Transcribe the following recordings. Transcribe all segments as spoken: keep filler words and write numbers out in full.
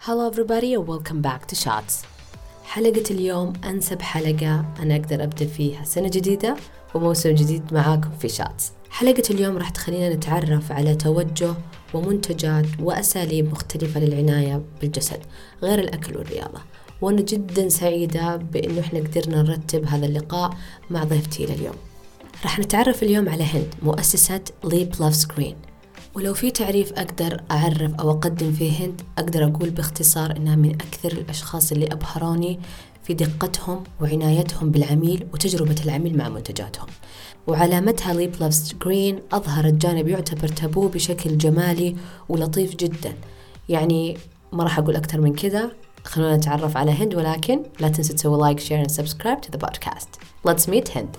Hello everybody and welcome back to Shots. حلقة اليوم أنسب حلقة أنا أقدر أبدأ فيها سنة جديدة وموسم جديد معاكم في شاتس. حلقة اليوم راح تخلينا نتعرف على توجه ومنتجات وأساليب مختلفة للعناية بالجسد غير الأكل والرياضة، وأنا جدا سعيدة بأنه إحنا قدرنا نرتب هذا اللقاء مع ضيفتي لليوم. راح نتعرف اليوم على هند، مؤسسة Leap Loves Green. ولو في تعريف أقدر أعرف أو أقدم فيه هند، أقدر أقول باختصار إنها من أكثر الأشخاص اللي أبهروني في دقتهم وعنايتهم بالعميل وتجربة العميل مع منتجاتهم. وعلامتها Leap Loves Green أظهرت جانب يعتبر تابو بشكل جمالي ولطيف جدا. يعني ما راح أقول أكثر من كذا، خلونا نتعرف على هند، ولكن لا تنسوا تسوي لايك شير and subscribe to the podcast. Let's meet هند.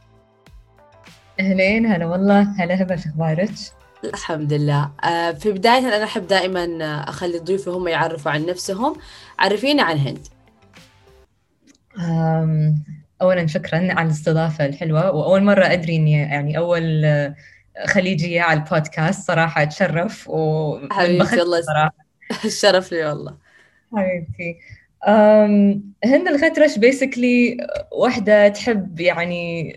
أهلين، هلا والله، هلا هبة، شو أخبارك؟ الحمد لله. في بداية أنا أحب دائما أخلي ضيوفي هم يعرفوا عن نفسهم. عرفينا عن هند. أولا شكرا على الاستضافة الحلوة، وأول مرة أدري إني يعني أول خليجية على البودكاست، صراحة أتشرف حبيبتي الله صراحة. الشرف لي والله. حبيبتي. هند الخطرش بيسكلي واحدة تحب يعني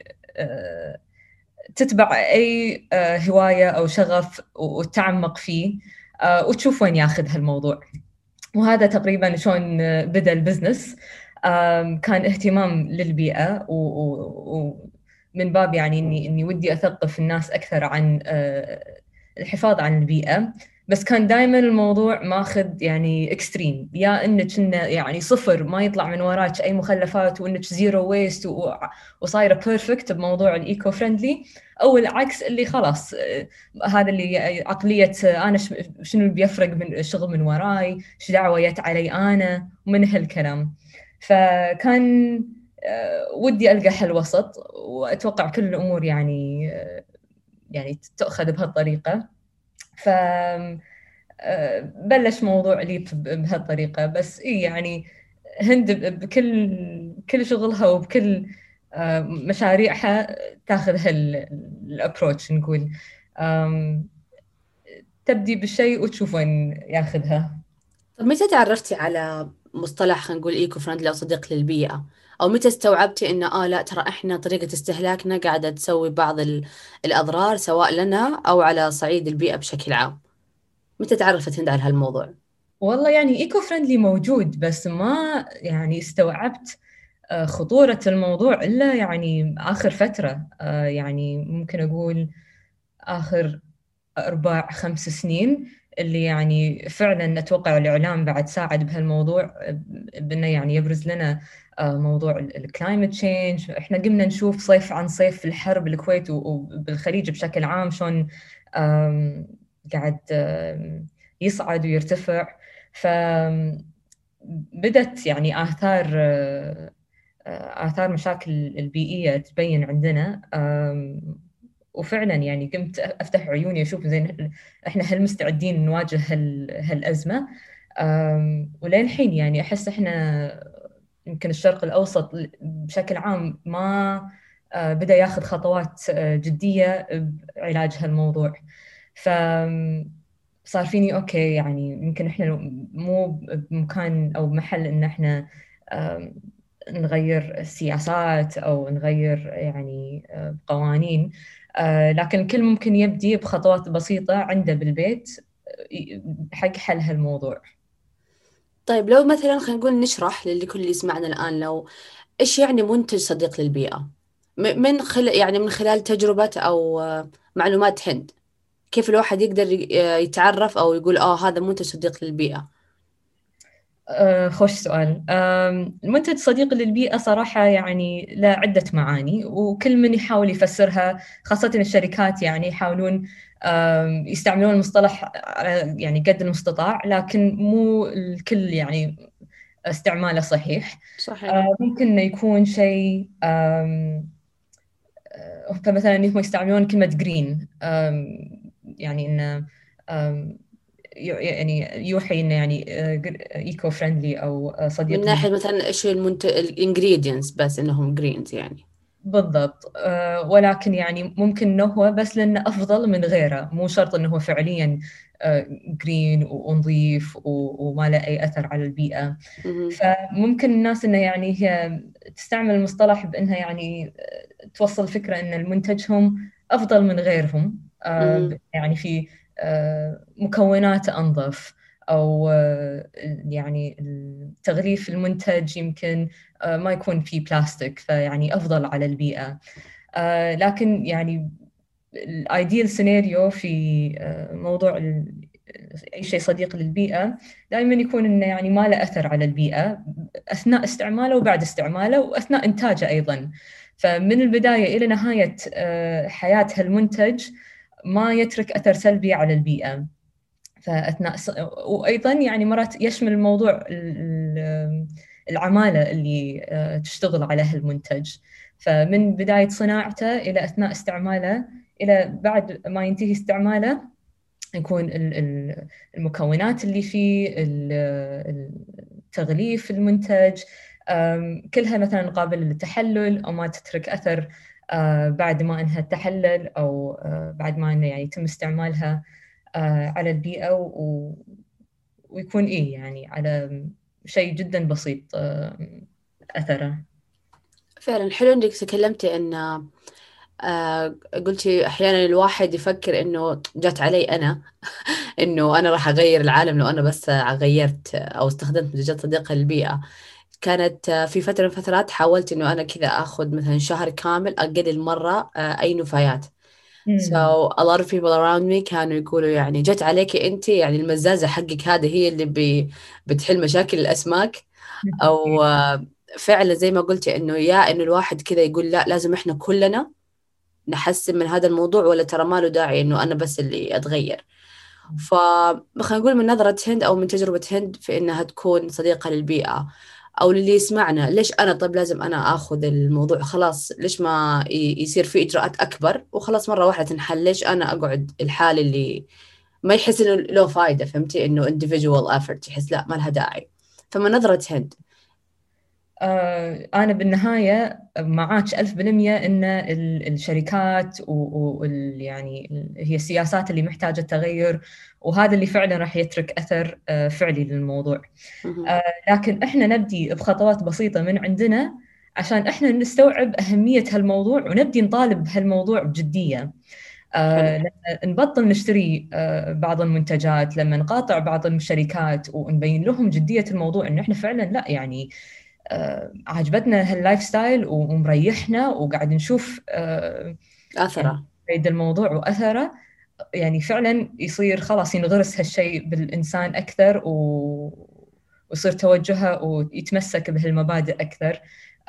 تتبع أي هواية أو شغف وتعمق فيه وتشوف وين ياخذ هالموضوع. وهذا تقريبا شلون بدأ البزنس. كان اهتمام للبيئة ومن باب يعني إني إني ودي أثقف الناس أكثر عن الحفاظ عن البيئة، بس كان دائما الموضوع ماخذ يعني اكستريم، يا انك يعني صفر ما يطلع من وراك اي مخلفات وانك زيرو ويست وصايره بيرفكت بموضوع الايكو فريندلي، او العكس اللي خلاص هذا اللي عقليه انا شنو اللي بيفرق من الشغل من وراي، ايش دعوه جت علي انا ومن هالكلام. فكان ودي القى حل وسط، واتوقع كل الامور يعني يعني تأخذ بهالطريقة. ف بلش موضوع لي بهالطريقة. بس إيه يعني هند بكل كل شغلها وبكل مشاريعها تاخذ هالابروتش، نقول تبدي بالشيء وتشوف وين ياخذها. طب متى تعرفتي على مصطلح خلينا نقول ايكو فريندلي او صديق للبيئة، او متى استوعبتي انه اه لا ترى احنا طريقة استهلاكنا قاعدة تسوي بعض الاضرار سواء لنا او على صعيد البيئة بشكل عام؟ متى تعرفت هند على هالموضوع؟ والله يعني ايكو فريندلي موجود، بس ما يعني استوعبت خطورة الموضوع إلا يعني آخر فترة، يعني ممكن أقول آخر أربع خمس سنين، اللي يعني فعلا أتوقع الإعلام بعد ساعد بهالموضوع، بأنه يعني يبرز لنا موضوع الكلايمت تشينج. إحنا قمنا نشوف صيف عن صيف في الحرب بالكويت وبالخليج بشكل عام شلون قاعد يصعد ويرتفع. فبدت يعني آثار آثار مشاكل البيئية تبين عندنا. وفعلا يعني قمت أفتح عيوني أشوف زين إحنا هل مستعدين نواجه هال هالأزمة. ولين الحين يعني أحس إحنا يمكن الشرق الأوسط بشكل عام ما بدأ ياخذ خطوات جدية بعلاج هالموضوع. ف صار فيني أوكي يعني يمكن إحنا مو بمكان أو بمحل إن إحنا نغير السياسات أو نغير يعني قوانين، لكن الكل ممكن يبدي بخطوات بسيطة عنده بالبيت حق حل هالموضوع. طيب لو مثلا خلينا نقول نشرح للي كل اللي يسمعنا الآن، لو إيش يعني منتج صديق للبيئة من خلال يعني من خلال تجربة أو معلومات هند، كيف الواحد يقدر يتعرف أو يقول آه هذا منتج صديق للبيئة؟ أه خوش سؤال. المنتج صديق للبيئة صراحة يعني له عدة معاني، وكل من يحاول يفسرها، خاصة الشركات يعني يحاولون يستعملون المصطلح يعني قد المستطاع، لكن مو الكل يعني استعماله صحيح. صحيح. أه ممكن يكون شيء فمثلا هم يستعملون كلمة جرين، يعني إنه يعني يوحي إنه يعني ايكو فريندلي أو صديق من ناحية مثلا إيش المنتج الانجريدينتس بس إنهم جرينز يعني. بالضبط. أه ولكن يعني ممكن إنه هو بس لأنه أفضل من غيره، مو شرط إنه هو فعليا جرين ونظيف وما له أي أثر على البيئة. فممكن الناس إنه يعني هي تستعمل المصطلح بإنها يعني توصل فكرة إن المنتجهم أفضل من غيرهم، أه يعني في أه مكونات أنظف، أو أه يعني تغليف المنتج يمكن أه ما يكون فيه بلاستيك، فيعني أفضل على البيئة. أه لكن يعني الايديال سيناريو في موضوع اي شيء صديق للبيئه دائما يكون انه يعني ما له اثر على البيئه اثناء استعماله وبعد استعماله واثناء انتاجه ايضا. فمن البدايه الى نهايه حياه هالمنتج ما يترك اثر سلبي على البيئه. فاثناء وايضا يعني مرات يشمل الموضوع العماله اللي تشتغل على هالمنتج. فمن بدايه صناعته الى اثناء استعماله إلى بعد ما ينتهي استعماله يكون المكونات اللي فيه، تغليف المنتج، كلها مثلا قابلة للتحلل أو ما تترك أثر بعد ما إنها تحلل أو بعد ما إنه يعني يتم استعمالها على البيئة، ويكون إيه يعني على شيء جدا بسيط أثره. فعلا حلو إنك تكلمتي إن آه قلتي أحيانا الواحد يفكر إنه جات علي أنا إنه أنا راح أغير العالم لو أنا بس غيرت أو استخدمت منتجات صديقة للبيئة. كانت في فترة من فترات حاولت إنه أنا كذا أخذ مثلا شهر كامل أقلل مرة آه أي نفايات. so a lot of people around me كانوا يقولوا يعني جات عليكي أنت، يعني المزازة حقك هذه هي اللي بي بتحل مشاكل الأسماك. أو آه فعلا زي ما قلتي إنه يا إنه الواحد كذا يقول لا لازم إحنا كلنا نحسن من هذا الموضوع، ولا ترى ما له داعي إنه أنا بس اللي أتغير. فخلينا نقول من نظرة هند أو من تجربة هند في إنها تكون صديقة للبيئة أو للي يسمعنا، ليش أنا طيب لازم أنا أخذ الموضوع خلاص؟ ليش ما يصير في إجراءات أكبر وخلاص مرة واحدة تنحل؟ ليش أنا أقعد الحال اللي ما يحس إنه له فايدة؟ فهمتي إنه individual effort يحس لا ما لها داعي. فمن نظرة هند آه أنا بالنهاية معاك ألف بالمية إن الشركات وال يعني هي السياسات اللي محتاجة تغير، وهذا اللي فعلا راح يترك أثر آه فعلي للموضوع. آه لكن إحنا نبدي بخطوات بسيطة من عندنا عشان إحنا نستوعب أهمية هالموضوع ونبدي نطالب بهالموضوع بجدية. آه لما نبطل نشتري آه بعض المنتجات، لما نقاطع بعض الشركات ونبين لهم جدية الموضوع إن إحنا فعلا لا يعني آه عجبتنا هاللايف ستايل ومريحنا وقاعد نشوف آه أثره يعني الموضوع وأثره، يعني فعلا يصير خلاص ينغرس هالشيء بالإنسان أكثر ويصير توجهه ويتمسك بهالمبادئ أكثر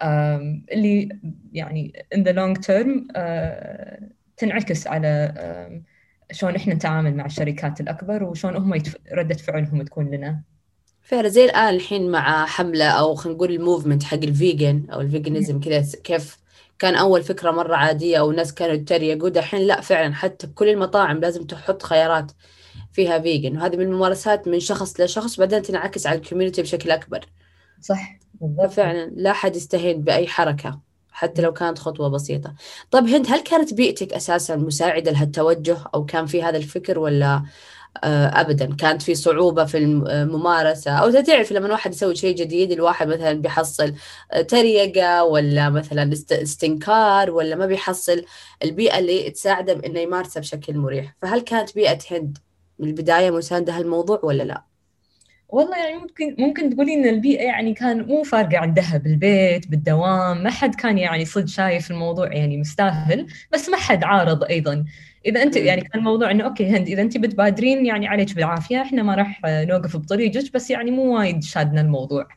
اللي يعني in the long term آه تنعكس على آه شلون إحنا نتعامل مع الشركات الأكبر وشلون هم يتف... ردة فعلهم تكون لنا. فعلا زي الآن الحين مع حملة أو خلينا نقول الموفمنت حق الفيجن أو الفيجنزم كذا، كيف كان أول فكرة مرة عادية أو الناس كانوا يتريقوا، دحين لا فعلا حتى كل المطاعم لازم تحط خيارات فيها فيجن، وهذه من الممارسات من شخص لشخص بعدين تنعكس على الكوميونتي بشكل أكبر. صح بالضبط. ففعلا لا حد يستهين بأي حركة حتى لو كانت خطوة بسيطة. طب هند، هل كانت بيئتك أساسا مساعدة لهالتوجه أو كان في هذا الفكر، ولا أبداً كانت في صعوبة في الممارسة؟ أو تعرف لما الواحد يسوي شيء جديد الواحد مثلاً بيحصل تريقة ولا مثلاً استنكار، ولا ما بيحصل البيئة اللي تساعده بأنه يمارسه بشكل مريح. فهل كانت بيئة هند من البداية مساندة هالموضوع ولا لا؟ والله يعني ممكن ممكن تقولي إن البيئة يعني كان مو فارقة عندها، بالبيت بالدوام ما حد كان يعني صدق شايف الموضوع يعني مستاهل، بس ما حد عارض أيضاً. إذا أنت يعني كان الموضوع إنه أوكي هند إذا أنت بتبادرين يعني عليك بالعافية، إحنا ما راح نوقف بطريقك، بس يعني مو وايد شادنا الموضوع.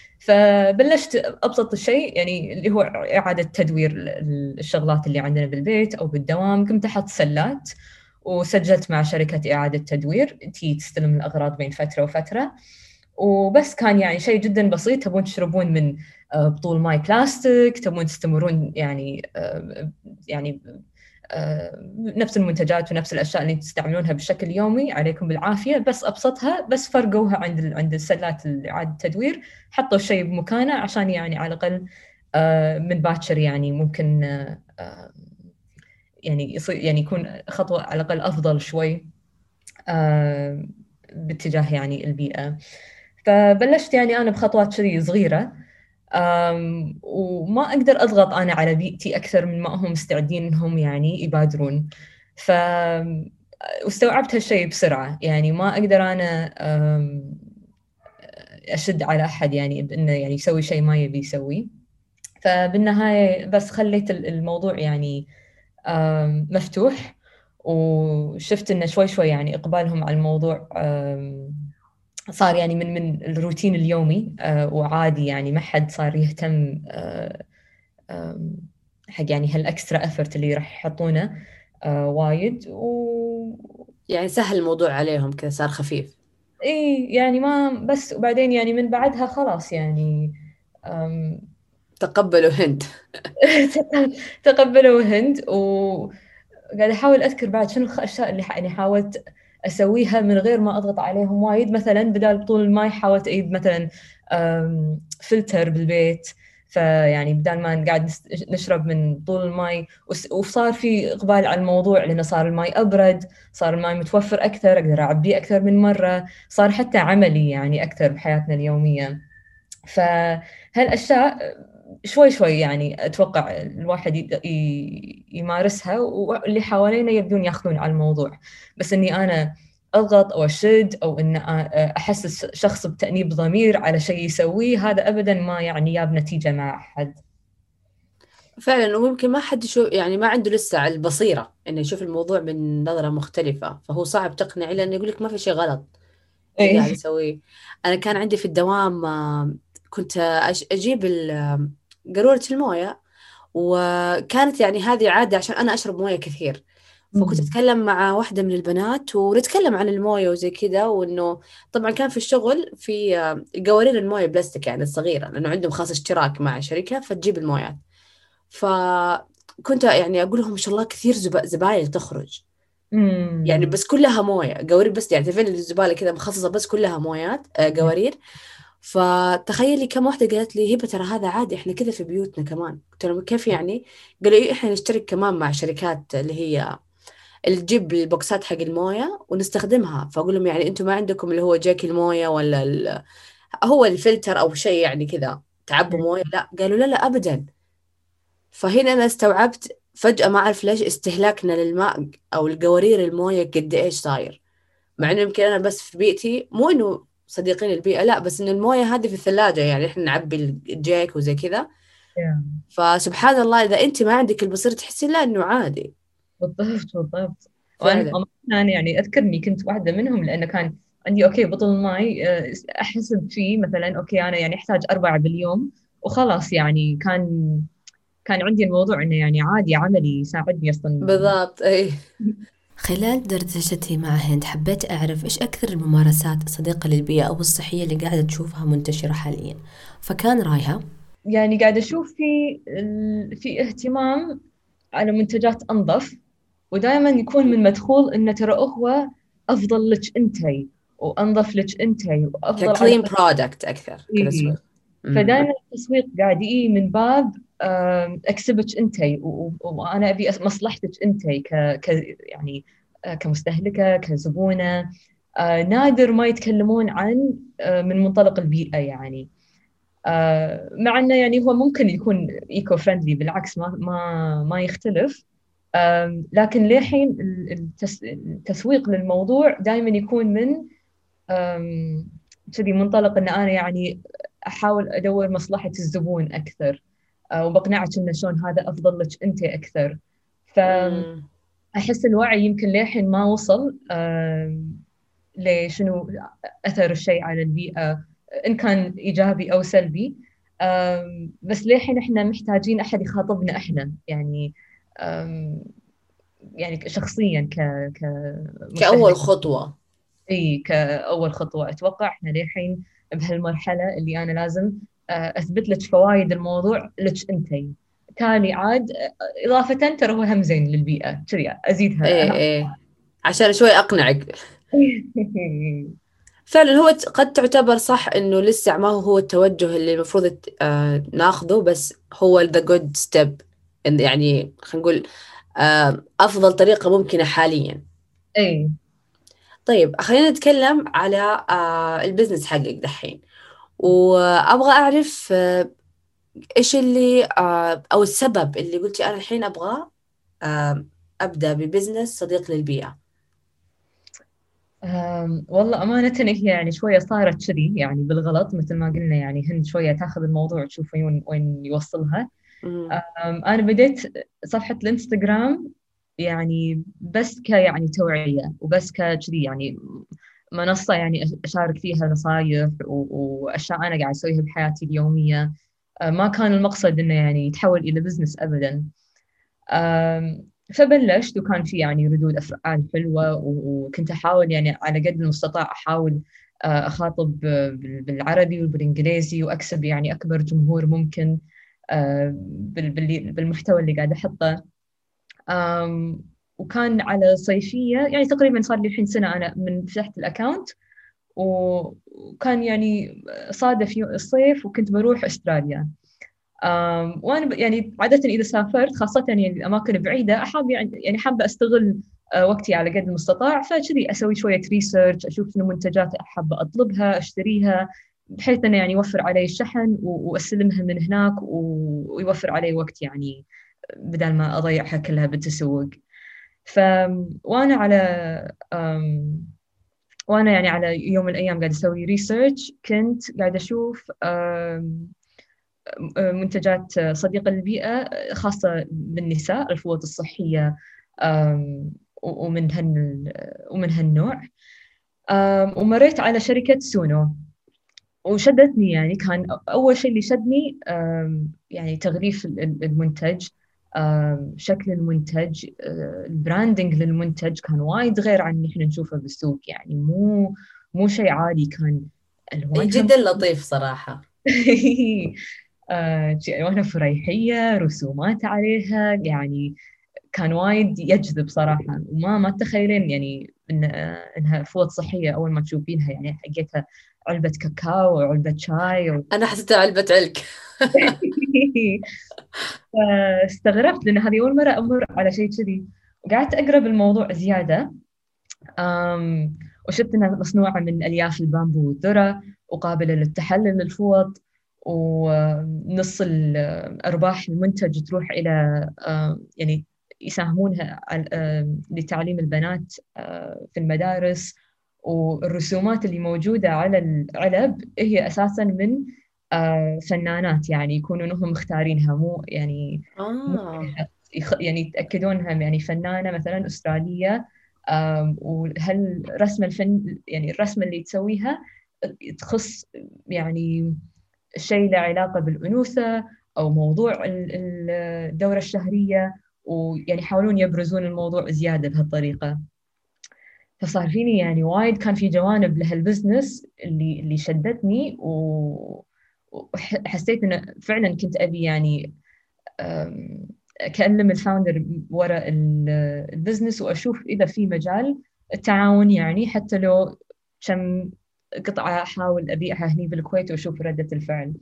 فبلشت أبسط الشيء يعني اللي هو إعادة تدوير الشغلات اللي عندنا بالبيت أو بالدوام. قمت أحط سلات وسجلت مع شركة إعادة تدوير تي تستلم الأغراض بين فترة وفترة، وبس كان يعني شيء جدا بسيط. تبون تشربون من بطول ماي بلاستيك، تبون تستمرون يعني يعني نفس المنتجات ونفس الأشياء اللي تستعملونها بشكل يومي عليكم بالعافية، بس أبسطها بس فرقوها عند عند السلات إعادة التدوير، حطوا الشيء بمكانه عشان يعني على الأقل من باكر، يعني ممكن يعني يصير يعني يكون خطوة على الأقل أفضل شوي باتجاه يعني البيئة. فبلشت يعني أنا بخطوات كذي صغيرة، وما أقدر أضغط أنا على بيئتي أكثر من ما هم مستعدين إنهم يعني يبادرون. ف واستوعبت هالشيء بسرعة، يعني ما أقدر أنا أشد على أحد يعني بإنه يعني يسوي شيء ما يبي يسوي. فبالنهاية بس خليت الموضوع يعني مفتوح، وشفت إنه شوي شوي يعني إقبالهم على الموضوع صار يعني من من الروتين اليومي، وعادي يعني ما حد صار يهتم حق يعني هالأكسترا أفرت اللي راح يحطونه وايد، و يعني سهل الموضوع عليهم كذا، صار خفيف. إيه يعني ما بس، وبعدين يعني من بعدها خلاص يعني تقبلوا هند. تقبلوا هند. وقاعد أحاول أذكر بعد شنو الأشياء اللي يعني حاولت أسويها من غير ما أضغط عليهم وايد. مثلا بدال طول الماي حاولت أجيب مثلا فلتر بالبيت، فيعني بدال ما قاعد نشرب من طول الماي، وصار في إقبال على الموضوع لأنه صار الماي أبرد، صار الماي متوفر أكثر، أقدر أعبيه أكثر من مرة، صار حتى عملي يعني أكثر بحياتنا اليومية. فهالأشياء شوي شوي يعني أتوقع الواحد يمارسها، واللي حوالينا يبدون يأخذون على الموضوع. بس إني أنا أضغط أو أشد أو إن أحسس شخص بتأنيب ضمير على شيء يسويه، هذا أبداً ما يعني جاب نتيجة مع أحد. فعلا، وممكن ما حد يشوف يعني ما عنده لسه البصيرة إنه يشوف الموضوع من نظرة مختلفة، فهو صعب تقنعه لأنه يقولك ما في شيء غلط اللي قاعد يسويه. أنا كان عندي في الدوام كنت أجيب قارورة الموية، وكانت يعني هذه عادة عشان أنا أشرب موية كثير، فكنت أتكلم مع واحدة من البنات ونتكلم عن الموية وزي كذا، وإنه طبعا كان في الشغل في قوارير الموية بلاستيك يعني الصغيرة، لأنه عندهم خاص اشتراك مع شركة فتجيب المويات. فكنت يعني أقول لهم ما شاء الله كثير زب... زبايل تخرج، مم. يعني بس كلها موية قوارير، بس يعني تفين الزبالة كذا مخصصة بس كلها مويات قوارير. فتخيلي كم واحدة قالت لي هبة ترى هذا عادي احنا كذا في بيوتنا كمان. قلت لهم كيف يعني؟ قالوا إيه احنا نشترك كمان مع شركات اللي هي اللي تجيب البوكسات حق الموية ونستخدمها. فأقول لهم يعني انتم ما عندكم اللي هو جاكي الموية ولا ال... هو الفلتر او شيء يعني كذا تعبوا موية؟ لا. قالوا لا لا ابدا. فهنا انا استوعبت فجأة ما اعرف ليش استهلاكنا للماء او القوارير الموية قد ايش صاير، مع انه يمكن انا بس في بيئتي مو انه صديقين البيئة لا، بس إن الموية هذه في الثلاجة يعني إحنا نعبي الجيك وزي كذا. فسبحان الله إذا أنت ما عندك البصيرة تحسين لا إنه عادي. بالضبط بالضبط. وأنا أنا يعني أذكر إني كنت واحدة منهم، لأنه كان عندي أوكي بطل الماي أحسب فيه مثلا أوكي أنا يعني أحتاج أربعة باليوم وخلاص، يعني كان كان عندي الموضوع إنه يعني عادي عملي يساعدني أصلا. بالضبط. أي. خلال دردشتي مع هند حبيت أعرف إيش أكثر الممارسات الصديقة للبيئة أو الصحية اللي قاعدة تشوفها منتشرة حاليا. فكان رأيها يعني قاعدة أشوف في في اهتمام على منتجات أنظف، ودائما يكون من مدخول إنه ترى هو أفضل لك أنتي وأنظف لك أنتي وأفضل ككلين برودكت أكثر كتسويق. فدائما التسويق قاعد يجي من باب أكسبك أنتي، وأنا أبي مصلحتك أنتي ك ك يعني كمستهلكة كزبونة. نادر ما يتكلمون عن من منطلق البيئة يعني. مع أنه يعني هو ممكن يكون إيكو فريندلي، بالعكس ما ما ما يختلف، لكن للحين التسويق للموضوع دائما يكون من كذي منطلق ان انا يعني احاول ادور مصلحة الزبون اكثر، وبقنعك انه شلون هذا افضل لك انت اكثر. فاحس الوعي يمكن للحين ما وصل لشنو اثر الشيء على البيئة ان كان ايجابي او سلبي. بس للحين احنا محتاجين احد يخاطبنا احنا يعني يعني شخصيا ك ك كأول خطوة. اي كأول خطوة. اتوقع احنا للحين بهالمرحلة اللي انا لازم اثبت لك فوائد الموضوع لك انتي، تالي عاد اضافة ترى هو هم زين للبيئة كذي ازيدها. ايه ايه عشان شوي اقنعك. فعلا هو ت- قد تعتبر صح إنه لسه ما هو هو التوجه اللي المفروض ت- آه ناخذه، بس هو the good step، إن- يعني خلينا نقول آه أفضل طريقة ممكنة حاليا. اي. طيب خلينا نتكلم على آه البزنس حقك دحين، وأبغى أعرف آه إيش اللي آه أو السبب اللي قلتي أنا الحين أبغى آه أبدأ ببزنس صديق للبيئة. أم، والله أمانة هي يعني شوية صارت كذي يعني بالغلط مثل ما قلنا، يعني هن شوية تاخذ الموضوع تشوف وين وين يوصلها. مم. أم، أنا بديت صفحة الإنستغرام يعني بس ك يعني توعية وبس كذي، يعني منصة يعني أشارك فيها نصايح و- وأشياء أنا قاعد أسويها بحياتي اليومية. أه، ما كان المقصد إنه يعني يتحول إلى بزنس أبدا. أم، فبلشت وكان في يعني ردود أفعال حلوة، و- وكنت أحاول يعني على قد المستطاع أحاول أه، أخاطب بال- بالعربي وبالإنجليزي وأكسب يعني أكبر جمهور ممكن أه، بال- بال- بالمحتوى اللي قاعد أحطه. أم، وكان على صيفية، يعني تقريبا صار لي الحين سنة أنا من فتحت الأكاونت، و- وكان يعني صادف يو- الصيف وكنت بروح أستراليا. أم، وأنا ب- يعني عادة إذا سافرت خاصة يعني الأماكن بعيدة أحب يعني يعني حابة أستغل أه، وقتي على قد المستطاع، فكذي أسوي شوية ريسيرش، أشوف شنو منتجات أحب أطلبها أشتريها، بحيث أنه يعني يوفر علي الشحن و- وأستلمها من هناك، و- ويوفر علي وقت يعني بدل ما أضيعها كلها بالتسوق. ف وأنا على أم، وأنا يعني على يوم من الأيام قاعد أسوي ريسيرش، كنت قاعد أشوف أم، منتجات صديقة للبيئة خاصة بالنساء، الفوط الصحية، أم، ومن هال ومن هالنوع. أم، ومريت على شركة سونو وشدتني، يعني كان أول شيء اللي شدني أم، يعني تغليف ال- ال- المنتج، أم، شكل المنتج، أه، البراندنج للمنتج كان وايد غير عن اللي احنا نشوفه بالسوق، يعني مو مو شيء عادي، كان ألوانها جدا لطيف صراحة. آه، شي ألوانها فريحية، رسومات عليها، يعني كان وايد يجذب صراحة. وما ما تتخيلين يعني إن آه، إنها فوط صحية أول ما تشوفينها، يعني حقتها علبة كاكاو وعلبة شاي و... أنا حسيتها علبة علك. فاستغربت لأن هذه أول مرة أمر على شيء كذي، وقعدت أقرأ بالموضوع زيادة. أم وشفت إنها مصنوعة من ألياف البامبو والذرة، وقابلة للتحلل الفوط، ونص الأرباح المنتج تروح إلى أم، يعني يساهمونها على- أم، لتعليم البنات أه، في المدارس. والرسومات اللي موجودة على العلب هي أساساً من أه، فنانات، يعني يكونون هم مختارينها، مو يعني مو آه يخ- يعني يتأكدونها يعني فنانة مثلاً أسترالية. آم، وهل رسم الفن يعني الرسمة اللي تسويها تخص يعني شيء له علاقة بالأنوثة أو موضوع ال- ال- الدورة الشهرية، ويعني يحاولون يبرزون الموضوع زيادة بهالطريقة. فصار فيني يعني وايد كان في جوانب لهالبزنس اللي اللي شدتني، و وحسيت إنه فعلا كنت أبي يعني أم، أكلم الفاوندر وراء ال- البزنس وأشوف إذا في مجال التعاون، يعني حتى لو كم قطعة أحاول أبيعها هني بالكويت وأشوف ردة الفعل.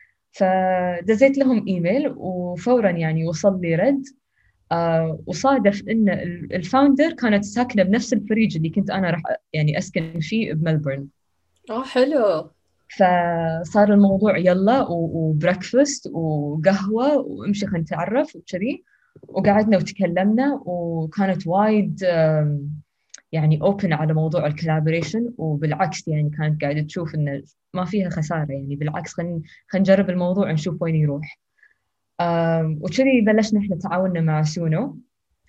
فدزيت لهم إيميل وفورا يعني وصل لي رد. آه وصادف إن ال- الفاوندر كانت ساكنة بنفس الفريج اللي كنت أنا راح يعني أسكن فيه بملبورن. آه حلو. فصار الموضوع يلا وبريكفاست وقهوة وامشي خلينا نتعرف وكذي، وقعدنا وتكلمنا، وكانت وايد آم، يعني اوبن على موضوع الكولابوريشن، وبالعكس يعني كانت قاعدة تشوف انه ما فيها خسارة، يعني بالعكس خلينا خلينا نجرب الموضوع نشوف وين يروح. آم، وكذي بلشنا احنا تعاوننا مع سونو،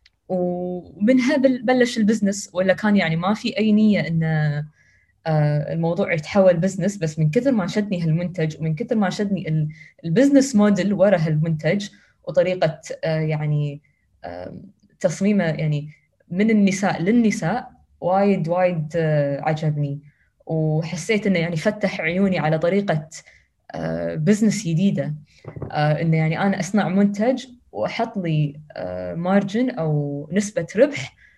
ومنها بل- بلش البزنس، ولا كان يعني ما في أي نية إن آه، الموضوع يتحول بزنس، بس من كثر ما شدني هالمنتج ومن كثر ما شدني ال- البزنس موديل ورا هالمنتج وطريقة آه، يعني آه، تصميمه يعني من النساء للنساء، وايد وايد آه، عجبني. وحسيت إنه يعني فتح عيوني على طريقة آه، بزنس جديدة، آه، إنه يعني أنا أصنع منتج وأحط لي مارجن أو نسبة ربح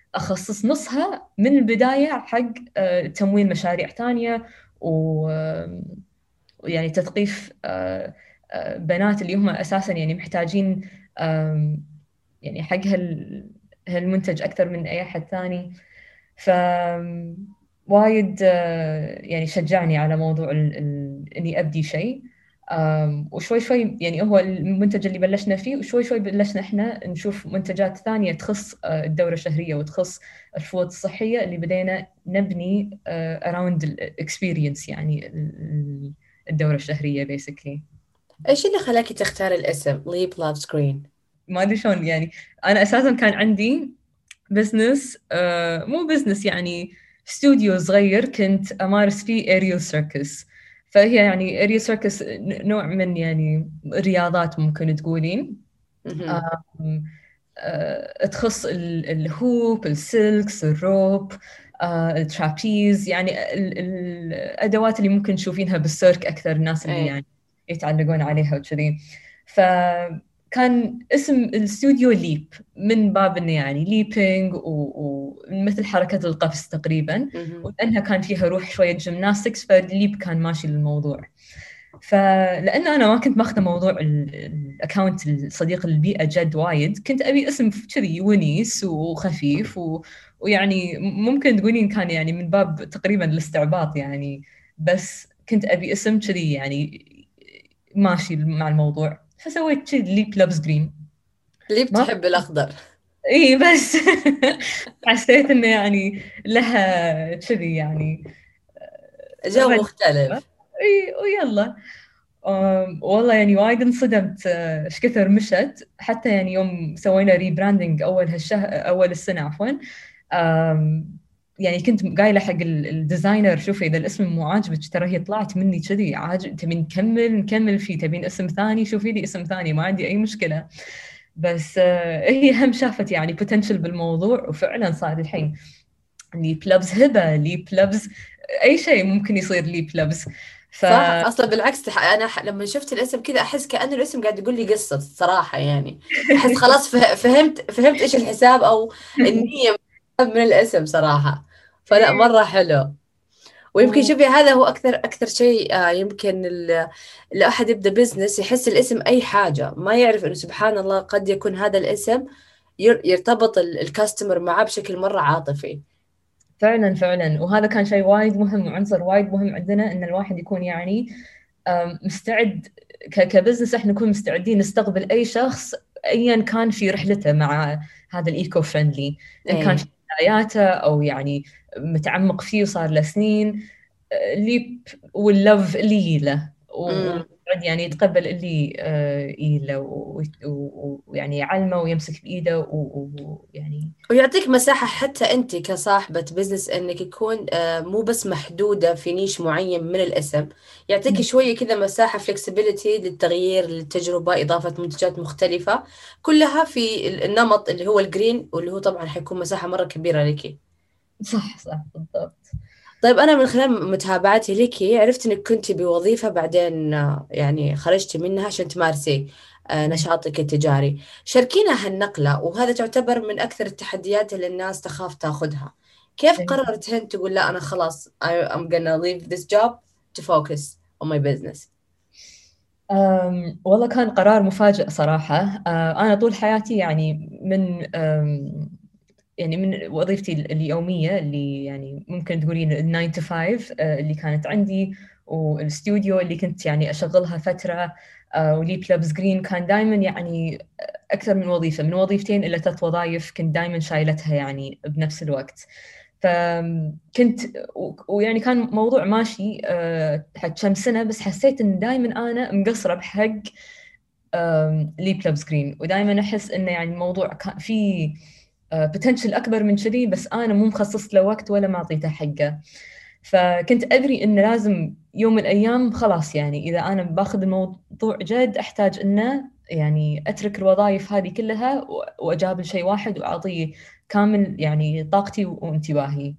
أخصص نصها من البداية حق تمويل مشاريع ثانية و يعني تثقيف بنات اللي هم أساساً يعني محتاجين يعني حق هال هالمنتج أكثر من أي أحد ثاني. ف وايد يعني شجعني على موضوع ال ال إني أبدي شيء، وشوي شوي يعني هو المنتج اللي بلشنا فيه، وشوي شوي بلشنا إحنا نشوف منتجات ثانية تخص الدورة الشهرية وتخص الفوط الصحية اللي بدينا نبني around experience يعني الدورة الشهرية basically. إيش اللي خلاكي تختار الاسم Leap Loves Green؟ ما أدري شلون يعني. أنا أساساً كان عندي بزنس، آه مو بزنس يعني استوديو صغير كنت أمارس فيه أريال سيركس. فهي يعني أريال سيركس نوع من يعني رياضات ممكن تقولين، آه آه تخص الهوب، السلكس، الروب، آه الترابيز، يعني ال الأدوات اللي ممكن تشوفينها بالسيرك أكثر الناس اللي أي. يعني يتعلقون عليها وكذي. ف كان اسم الاستوديو ليب من باب انه يعني ليبينج ومثل حركة القفز تقريبا، ولأنها كان فيها روح شوية جيمناستكس فالليب كان ماشي للموضوع. فلأن أنا ما كنت ماخذة موضوع الأكاونت الصديق البيئة جد وايد، كنت أبي اسم كذي ونيس وخفيف و... ويعني ممكن تقولين كان يعني من باب تقريبا الاستعباط يعني، بس كنت أبي اسم كذي يعني ماشي مع الموضوع. فسويت كذي ليب لابس جرين. ليه بتحب الأخضر؟ إيه بس حسيت إنه يعني لها كذي يعني جو مختلف. إيه ويلا. والله يعني وايد انصدمت ايش كثر مشت، حتى يعني يوم سوينا ريبراندنج أول هالشهر أول السنة عفواً، يعني كنت قايلة حق الديزاينر شوفي إذا الاسم مو عاجبك ترى هي طلعت مني كذي عاجب، تبين نكمل نكمل فيه، تبين اسم ثاني شوفي لي اسم ثاني ما عندي أي مشكلة. بس هي هم شافت يعني potential بالموضوع، وفعلا صار الحين ليب لابس هبة، ليب لابس أي شيء ممكن يصير ليب لابس. ف... صح، أصلا بالعكس أنا لما شفت الاسم كذا أحس كأنه الاسم قاعد يقول لي قصة صراحة، يعني أحس خلاص فهمت فهمت إيش الحساب أو النية من الاسم صراحة. فلا مرة حلو. ويمكن شوفي هذا هو أكثر أكثر شيء آه يمكن اللي أحد يبدأ بزنس يحس الاسم أي حاجة، ما يعرف إنه سبحان الله قد يكون هذا الاسم يرتبط الكاستمر معه بشكل مرة عاطفي. فعلا فعلا، وهذا كان شيء وايد مهم وعنصر وايد مهم عندنا، إن الواحد يكون يعني مستعد كبزنس، احنا نكون مستعدين نستقبل أي شخص أيا كان في رحلته مع هذا الإيكو فريندلي، إن كان في بداياته أو يعني متعمق فيه وصار له سنين، ليب واللوف اللي له ومستعد يعني يتقبل اللي يله ويعني يعلمه ويمسك بإيده ويعني ويعطيك مساحة حتى أنت كصاحبة بزنس أنك يكون مو بس محدودة في نيش معين من الاسم، يعطيك شوية كذا مساحة flexibility للتغيير للتجربة، إضافة منتجات مختلفة كلها في النمط اللي هو الجرين، واللي هو طبعا حيكون مساحة مرة كبيرة لك. صح صح بالضبط. طيب أنا من خلال متابعتي لك عرفت أنك كنت بوظيفة بعدين يعني خرجتي منها عشان تمارسي نشاطك التجاري. شاركينا هالنقلة، وهذا تعتبر من أكثر التحديات اللي الناس تخاف تاخذها. كيف قررت هند تقول لا أنا خلاص I'm gonna leave this job to focus on my business؟ أم والله كان قرار مفاجئ صراحة. أنا طول حياتي يعني من يعني من وظيفتي اليومية اللي يعني ممكن تقولين الناين تو فايف اللي كانت عندي، والاستوديو اللي كنت يعني أشغلها فترة، وليب لابس جرين كان دايما يعني أكثر من وظيفة، من وظيفتين إلى ثلاث وظائف كنت دايما شايلتها يعني بنفس الوقت. فكنت ويعني كان موضوع ماشي حق كم سنة، بس حسيت إن دايما أنا مقصرة بحق ليب لابس جرين، ودايما أحس إنه يعني الموضوع كان فيه potential أكبر من كذي، بس أنا مو مخصص له وقت ولا معطيته حقه. فكنت أدري إنه لازم يوم من الأيام خلاص يعني إذا أنا باخذ الموضوع جد أحتاج إنه يعني أترك الوظائف هذه كلها وأجابل شيء واحد وأعطيه كامل يعني طاقتي وانتباهي.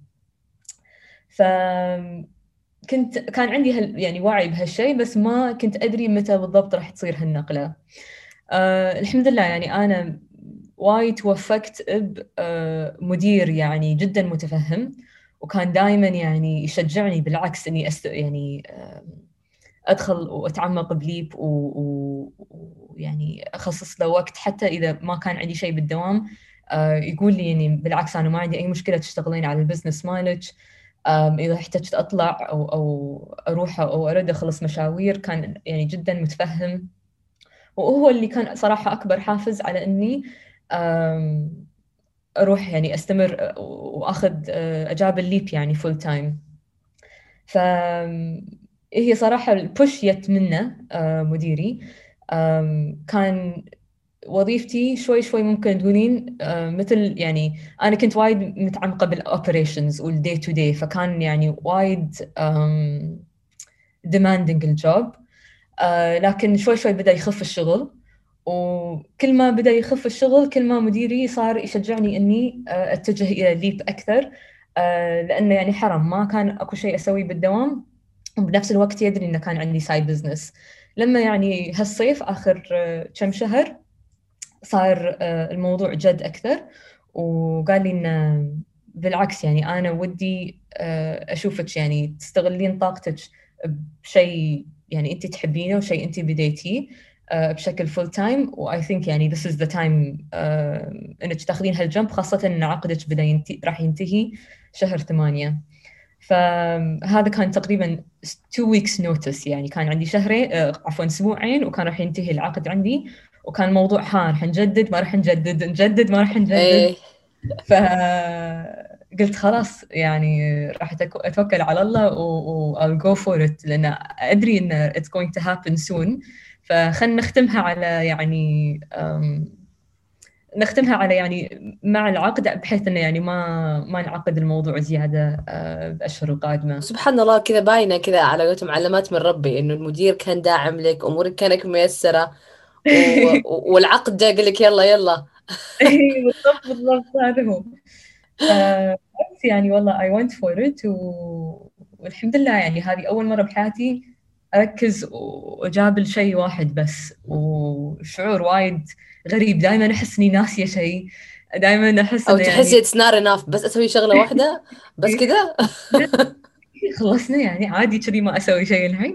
فكنت كان عندي هال يعني وعي بهالشيء، بس ما كنت أدري متى بالضبط راح تصير هالنقلة. أه الحمد لله يعني أنا وايد توفقت بمدير يعني جدا متفهم، وكان دائما يعني يشجعني بالعكس اني أست... يعني ادخل واتعمق بليب ويعني اخصص له وقت حتى اذا ما كان عندي شيء بالدوام. يقول لي يعني بالعكس انا ما عندي اي مشكله تشتغلين على البزنس مالك، اذا احتجت اطلع او او اروح او ارد اخلص مشاوير. كان يعني جدا متفهم، وهو اللي كان صراحه اكبر حافز على اني اروح يعني استمر واخذ اجابه الليب يعني فول تايم. ف هي صراحة البوش يت منه مديري. كان وظيفتي شوي شوي ممكن تقولين مثل يعني أنا كنت وايد متعمقة بالأوبريشنز والدي تو دي، فكان يعني وايد demanding الجوب. لكن شوي شوي بدأ يخف الشغل، وكل ما بدأ يخف الشغل كل ما مديري صار يشجعني إني أتجه إلى ليب أكثر، لأنه يعني حرام ما كان أكو شيء أسويه بالدوام، وبنفس الوقت يدري إنه كان عندي سايد بزنس. لما يعني هالصيف آخر كم شهر صار الموضوع جد أكثر، وقال لي إنه بالعكس يعني أنا ودي أشوفك يعني تستغلين طاقتك بشيء يعني أنت تحبينه وشيء أنت بديتيه بشكل فول تايم. وآي ثينك يعني this is the time إنك تاخذين هالجنب، خاصة إن عقدك بدأ ينتهي راح ينتهي شهر ثمانية. فهذا كان تقريبا two weeks notice، يعني كان عندي شهرين عفوا أسبوعين وكان راح ينتهي العقد عندي، وكان الموضوع ها راح نجدد ما راح نجدد نجدد ما راح نجدد. إيه. فقلت خلاص يعني راح أتوكل على الله و I'll go for it، لأن أدري إن it's going to happen soon. فخلنا نختمها على يعني نختمها على يعني مع العقد، بحيث انه يعني ما ما نعقد الموضوع زياده بالاشهر القادمه. سبحان الله كذا باينه كذا على قولتهم علامات من ربي، انه المدير كان داعم لك، امورك كانت ميسره و... والعقد جاء قال لك يلا يلا. بالضبط بالضبط هذا هو. بس يعني والله I went for it و... والحمد لله يعني هذه أول مرة بحياتي أركز وأجابل شيء واحد بس، وشعور وايد غريب. دائما أحس إني ناسية شيء، دائما أحس أو إنه تحسي يعني it's not enough، بس أسوي شغلة واحدة بس كذا. خلصنا يعني عادي كذي ما أسوي شيء الحين.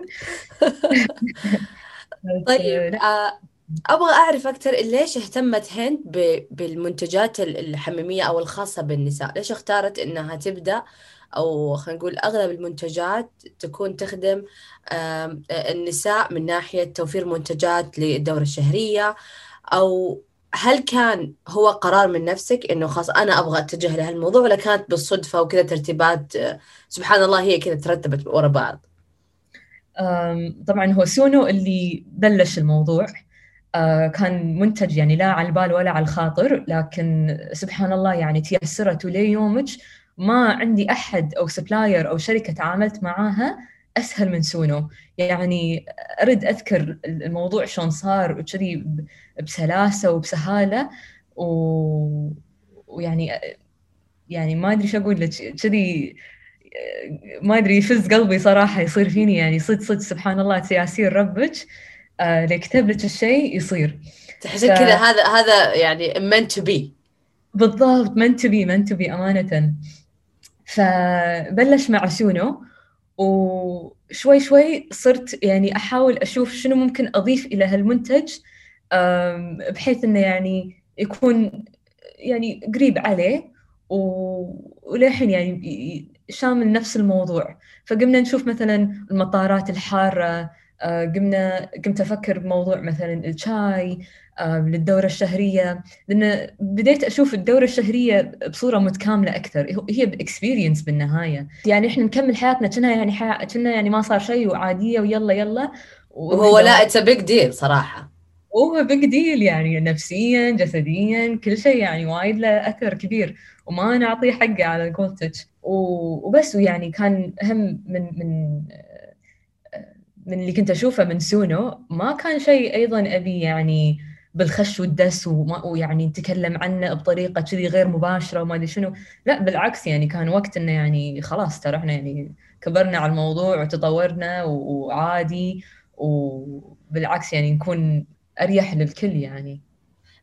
طيب آه أبغى أعرف أكثر ليش اهتمت هند بالمنتجات الحميمية أو الخاصة بالنساء؟ ليش اختارت إنها تبدأ، أو خلينا نقول أغلب المنتجات تكون تخدم النساء من ناحية توفير منتجات للدورة الشهرية؟ أو هل كان هو قرار من نفسك إنه خلاص أنا أبغى أتجه لهالموضوع، ولا كانت بالصدفة وكذا ترتيبات سبحان الله هي كذا ترتبت ورا بعض؟ طبعا هو سونو اللي بلش الموضوع. كان منتج يعني لا على البال ولا على الخاطر، لكن سبحان الله يعني تيسرت ولي يومك ما عندي أحد أو سبلاير أو شركة تعاملت معاها أسهل من سونو. يعني أرد أذكر الموضوع شلون صار وكذي بسلاسة وبسهالة، و... ويعني يعني ما أدري شو أقول لك كذي، ما أدري يفز قلبي صراحة يصير فيني يعني صد صد سبحان الله تياسير ربك آه ليكتب لك الشيء يصير. تحسين ف... كذا هذا هذا يعني meant to be. بالضبط meant to be meant to be أمانة. فبلش مع سونو، وشوي شوي صرت يعني أحاول أشوف شنو ممكن أضيف إلى هالمنتج بحيث إنه يعني يكون يعني قريب عليه وللحين يعني شامل نفس الموضوع. فقمنا نشوف مثلا المطارات الحارة، قمنا قمت أفكر بموضوع مثلا الشاي للدورة الشهرية، لأن بديت أشوف الدورة الشهرية بصورة متكاملة أكثر، هي بإكسبيرينس بالنهاية. يعني إحنا نكمل حياتنا كنا يعني حياة كنا يعني ما صار شيء وعادية ويلا يلا، وهو لا it's a big deal صراحة. وهو بيج ديل يعني نفسيا جسديا كل شيء، يعني وايد له أثر كبير وما نعطيه حقه على قولتك. وبس يعني كان هم من من من اللي كنت أشوفه من سونو ما كان شيء أيضا أبي يعني بالخش والدس وما ويعني نتكلم عنه بطريقة كذي غير مباشرة وما أدري شنو. لا بالعكس يعني كان وقت إنه يعني خلاص ترى إحنا يعني كبرنا على الموضوع وتطورنا وعادي، وبالعكس يعني نكون أريح للكل يعني.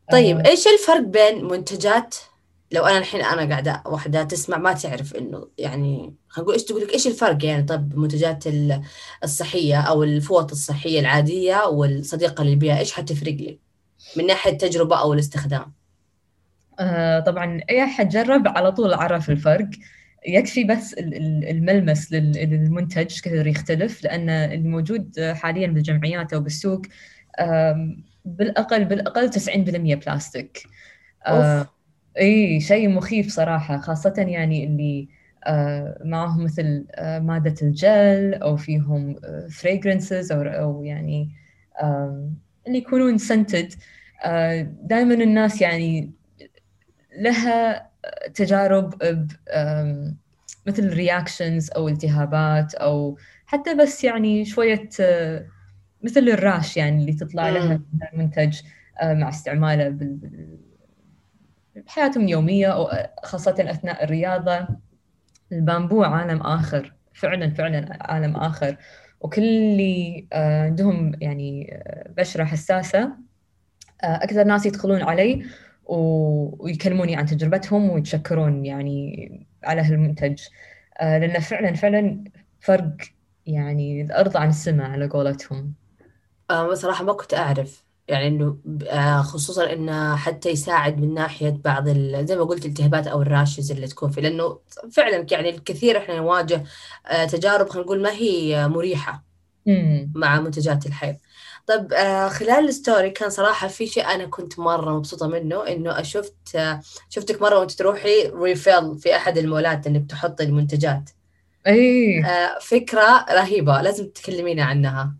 طيب إيش الفرق بين منتجات، لو أنا الحين أنا قاعدة واحدة تسمع ما تعرف إنه يعني خلينا نقول إيش تقول لك إيش الفرق يعني؟ طب المنتجات ال- الصحية أو الفوط الصحية العادية والصديقة للبيئة إيش حتفرق لي من ناحية التجربة أو الاستخدام؟ آه طبعا أي أحد جرب على طول عرف الفرق. يكفي بس ال- ال- الملمس لل- للمنتج كثير يختلف، لأن اللي موجود حاليا بالجمعيات أو بالسوق آم، بالأقل بالأقل تسعين بالمئة بلاستيك. أوف. آه، اي شيء مخيف صراحة، خاصة يعني اللي آه معهم مثل آه مادة الجل أو فيهم آه fragrances أو, أو يعني آه اللي يكونون scented. آه دائما الناس يعني لها تجارب ب آم، مثل رياكشنز أو التهابات، أو حتى بس يعني شوية آه مثل الراش يعني اللي تطلع لها امم من المنتج آه مع استعماله بال- بال- بحياتهم اليومية، أو خاصة أثناء الرياضة. البامبو عالم آخر، فعلا فعلا عالم آخر. وكل اللي آه، عندهم يعني آه، بشرة حساسة آه، أكثر ناس يدخلون علي و- ويكلموني عن تجربتهم ويتشكرون يعني على هالمنتج، آه، لأنه فعلا فعلا فرق يعني الأرض عن السماء على قولتهم. آه بصراحة ما كنت أعرف يعني إنه ب- آه خصوصا إنه حتى يساعد من ناحية بعض ال- زي ما قلت الالتهابات أو الراشز اللي تكون فيه، لأنه فعلا يعني الكثير إحنا نواجه آه تجارب خلينا نقول ما هي مريحة امم مع منتجات الحيض. طب آه خلال الستوري كان صراحة في شيء أنا كنت مرة مبسوطة منه، إنه شفت آه شفتك مرة وأنت تروحي ريفيل في أحد المولات إنك تحطي المنتجات. أي. آه فكرة رهيبة، لازم تكلمينا عنها.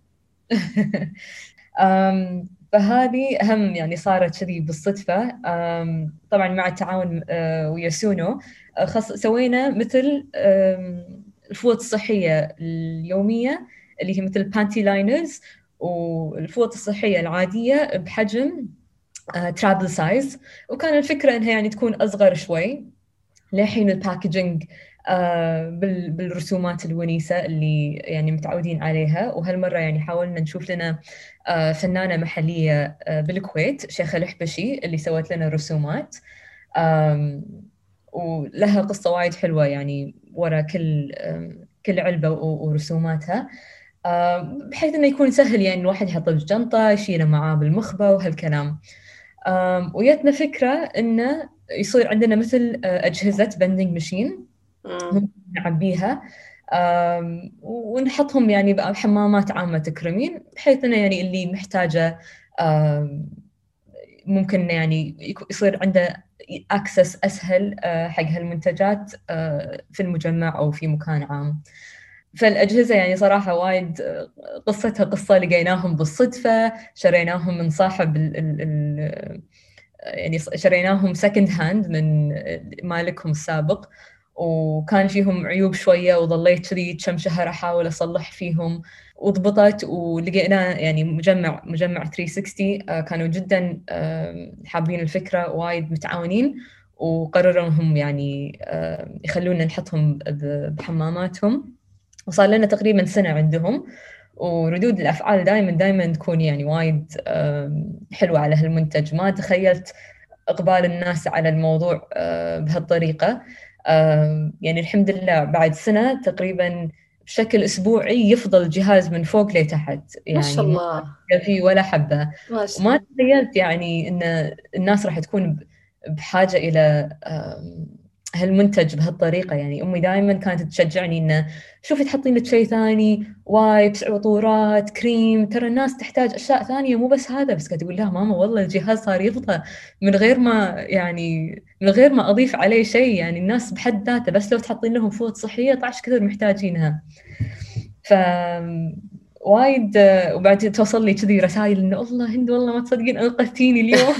أم، فهذه أهم يعني صارت كذي بالصدفة. أم، طبعا مع التعاون أه، ويا سونو أه، خص سوينا مثل أم، الفوط الصحية اليومية اللي هي مثل بانتي لاينرز، والفوط الصحية العادية بحجم ترابل سايز. وكان الفكرة إنها يعني تكون أصغر شوي. للحين الباكجينج آه بال- بالرسومات الونيسة اللي يعني متعودين عليها. وهالمرة يعني حاولنا نشوف لنا آه فنانة محلية آه بالكويت، شيخة الحبشي، اللي سوت لنا الرسومات. آم، ولها قصة وايد حلوة يعني ورا كل آم، كل علبة و- ورسوماتها، آم، بحيث إنه يكون سهل يعني الواحد يحطه بالجنطة يشيله معاه بالمخبة وهالكلام. آم، ويتنا فكرة إنه يصير عندنا مثل آه، أجهزة فندنج ماشين مم. ممكن نعبيها، آم، ونحطهم يعني بحمامات عامة تكرمين، بحيث إنه يعني اللي محتاجة آم، ممكن يعني يكو- يصير عنده أكسس أسهل آه، حق هالمنتجات آه، في المجمع أو في مكان عام. فالأجهزة يعني صراحة وايد آه، قصتها قصة، لقيناهم بالصدفة، شريناهم من صاحب ال ال ال يعني شريناهم سكند هاند من مالكهم السابق، وكان فيهم عيوب شوية، وظليت كذي كم شهر أحاول أصلح فيهم وضبطت. ولقينا يعني مجمع مجمع ثلاثمية وستين آه، كانوا جدا آه، حابين الفكرة، وايد متعاونين، وقرروا هم يعني آه، يخلونا نحطهم بحماماتهم. وصار لنا تقريبا سنة عندهم، وردود الأفعال دائما دائما تكون يعني وايد آم، حلوة على هالمنتج. ما تخيلت إقبال الناس على الموضوع آه، بهالطريقة. آم، يعني الحمد لله بعد سنة تقريبا بشكل أسبوعي يفضل الجهاز من فوق لتحت، ما شاء يعني ما الله. فيه ولا حبة. ما شاء وما الله. تخيلت يعني إن الناس راح تكون ب- بحاجة إلى آم، هالمنتج بهالطريقة. يعني أمي دائما كانت تشجعني إنه شوفي تحطين لك شيء ثاني، وايبس، عطورات، كريم، ترى الناس تحتاج أشياء ثانية مو بس هذا. بس كانت تقول لها ماما والله الجهاز صار يفضى من غير ما يعني من غير ما أضيف عليه شيء. يعني الناس بحد ذاته بس لو تحطين لهم فوط صحية طعش كثر محتاجينها. ف وايد. وبعد توصل لي كذي رسائل إنه الله هند والله ما تصدقين أنقذتيني اليوم.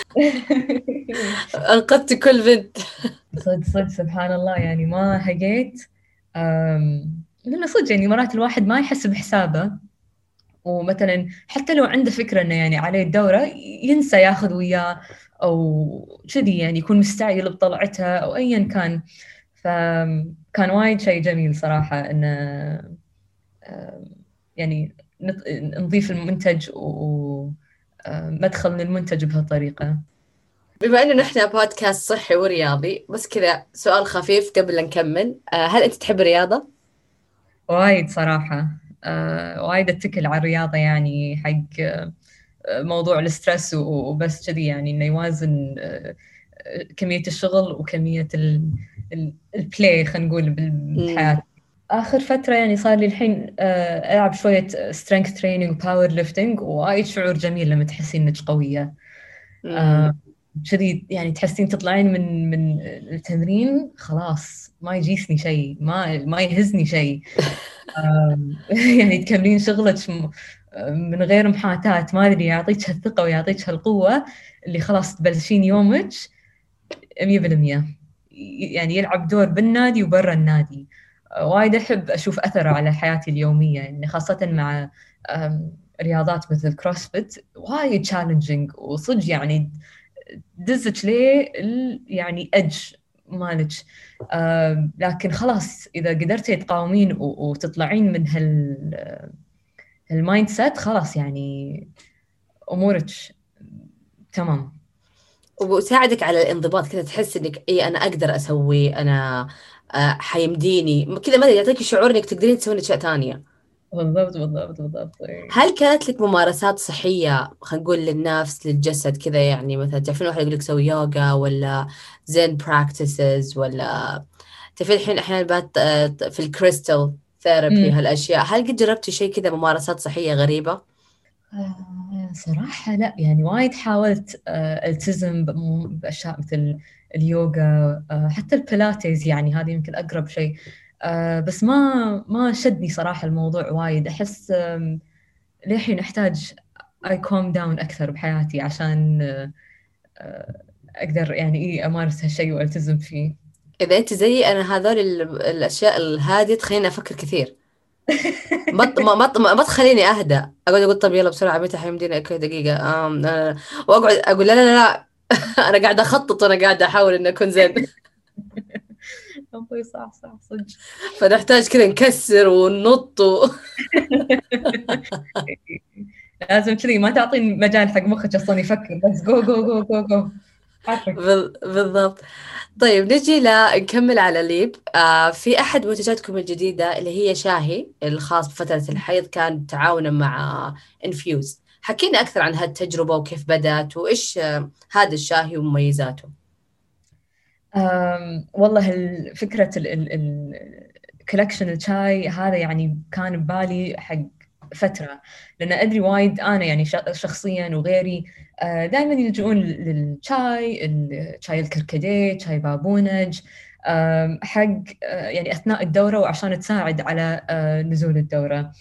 أنقذت كل بنت. صدق صدق سبحان الله، يعني ما هقيت. أم، لأنه صدق يعني مرات الواحد ما يحس بحسابه، ومثلا حتى لو عنده فكرة إنه يعني عليه الدورة ينسى ياخذ وياه أو كذي، يعني يكون مستعجل بطلعته أو أيا كان. فكان وايد شيء جميل صراحة إنه أم، يعني نط- نضيف المنتج و مدخل للمنتج بهالطريقة. بما إنه نحن بودكاست صحي ورياضي، بس كذا سؤال خفيف قبل لا نكمل، هل أنت تحب الرياضة؟ وايد صراحة، أه وايد أتكل على الرياضة، يعني حق أه موضوع السترس وبس كذي، يعني إنه يوازن أه كمية الشغل وكمية البلاي خلينا نقول بالحياة. آخر فترة يعني صار لي الحين أه ألعب شوية strength training وباور ليفتنج، وايد شعور جميل لما تحسين إنك قوية كذي، يعني تحسين تطلعين من من التمرين خلاص ما يجيسني شيء، ما ما يهزني شيء. يعني تكملين شغلك من غير محاتاة، ما أدري، يعطيك هالثقة ويعطيك هالقوة اللي خلاص تبلشين يومك مية بالمية، يعني يلعب دور بالنادي وبرا النادي. وايد أحب أشوف أثره على حياتي اليومية، يعني خاصة مع رياضات مثل كروسفيت، وايد تشالنجينج وصدق، يعني دزك ليه يعني أج مالك. آه لكن خلاص إذا قدرتي تقاومين وتطلعين من هال المايند سيت، خلاص يعني أمورك تمام. وساعدك على الانضباط كذا، تحس إنك إيه أنا أقدر أسوي، أنا آه حيمديني كذا، ما يعطيك شعور إنك تقدرين تسوين أشياء تانية. بالضبط بالضبط بالضبط. هل كانت لك ممارسات صحية خلينا نقول للنفس للجسد كذا، يعني مثلا تعرفين واحد يقول لك سوي يوغا ولا زين براكتسز، ولا تعرفين الحين أحيانا بات في الكريستال ثيرابي هالأشياء، هل قد جربتي شيء كذا ممارسات صحية غريبة؟ آه صراحة لا، يعني وايد حاولت آه التزم بأشياء مثل اليوغا، آه حتى البيلاتيز، يعني هذه يمكن أقرب شيء، آه بس ما ما شدني صراحة الموضوع وايد. أحس آه للحين أحتاج I calm down أكثر بحياتي عشان آه أقدر يعني إيه أمارس هالشيء وألتزم فيه. إذا أنت زيي أنا، هذول الأشياء الهادية تخليني أفكر كثير. ما ما ما ما تخليني أهدى، أقعد أقول طب يلا بسرعة متى حيمدينا أوكي دقيقة آم آه وأقعد أقول لا لا لا, لا. أنا قاعدة أخطط وأنا قاعدة أحاول إن أكون زين. أبوي صح صح صدق. فنحتاج كذا نكسر وننط و... لازم كذي ما تعطين مجال حق مخك أصلا يفكر، بس جو جو جو جو جو. بالضبط. طيب نجي لنكمل على ليب. آه في أحد منتجاتكم الجديدة اللي هي شاهي الخاص بفترة الحيض كان تعاونا مع انفيوز، حكينا أكثر عن هالتجربة وكيف بدأت وإيش آه هذا الشاهي ومميزاته. والله فكرة الكولكشن الشاي هذا يعني كان ببالي حق فترة، لأن أدري وايد أنا يعني شخصياً وغيري دائماً يلجؤون للشاي، الشاي الكركديه، شاي بابونج، حق يعني أثناء الدورة وعشان تساعد على نزول الدورة.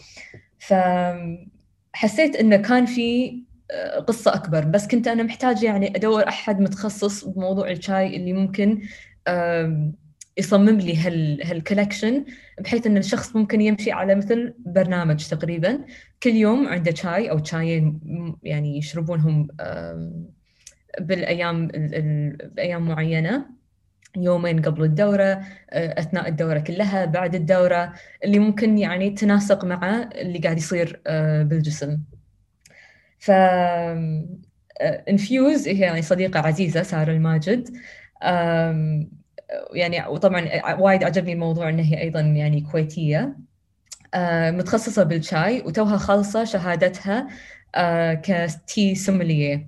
فحسيت إنه كان في قصة أكبر، بس كنت أنا محتاجة يعني أدور أحد متخصص بموضوع الشاي اللي ممكن يصمم لي هال هالكولكشن، بحيث أن الشخص ممكن يمشي على مثل برنامج تقريباً، كل يوم عنده شاي أو شايين يعني يشربونهم بالأيام بأيام معينة، يومين قبل الدورة، أثناء الدورة كلها، بعد الدورة، اللي ممكن يعني تناسق مع اللي قاعد يصير بالجسم. ف انفيوز هي يعني صديقة عزيزة سارة الماجد، يعني وطبعا وايد عجبني الموضوع انها هي ايضا يعني كويتية، متخصصة بالشاي وتوها خالصة شهادتها كتي سوملييه،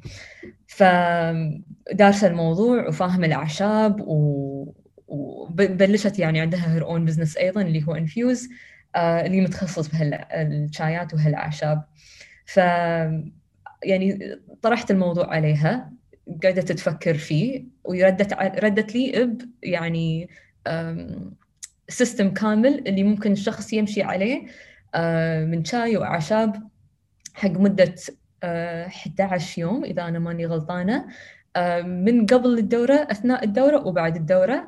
فدارسة الموضوع وفاهمة الأعشاب وبلشت يعني عندها هير اون بزنس ايضا اللي هو انفيوز، اللي متخصص بهالشايات وهالأعشاب. ف يعني طرحت الموضوع عليها، قاعدة تتفكر فيه، وردت ردت لي ب يعني سيستم كامل اللي ممكن الشخص يمشي عليه من شاي وأعشاب حق مدة أحد عشر يوم إذا أنا ماني غلطانة، من قبل الدورة، أثناء الدورة، وبعد الدورة.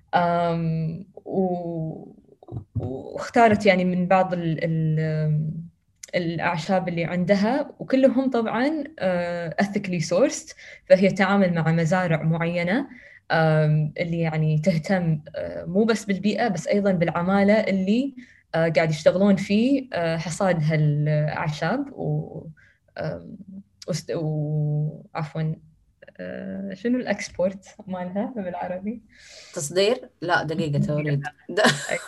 واختارت يعني من بعض ال ال الأعشاب اللي عندها، وكلهم طبعاً ethically sourced، فهي تعامل مع مزارع معينة اللي يعني تهتم مو بس بالبيئة بس أيضاً بالعمالة اللي قاعد يشتغلون في حصاد هالأعشاب وست... وعفوا آه، شنو الأكسبورت مالها بالعربي؟ تصدير؟ لا دقيقة توريد. أي.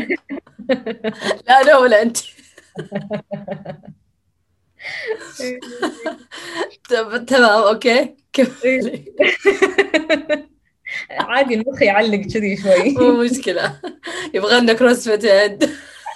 لا لا ولا أنت. طب تمام أوكي كملي. عادي المخ يعلق كذي شوي. مو مشكلة، يبغى لنا كروسفيت هيد.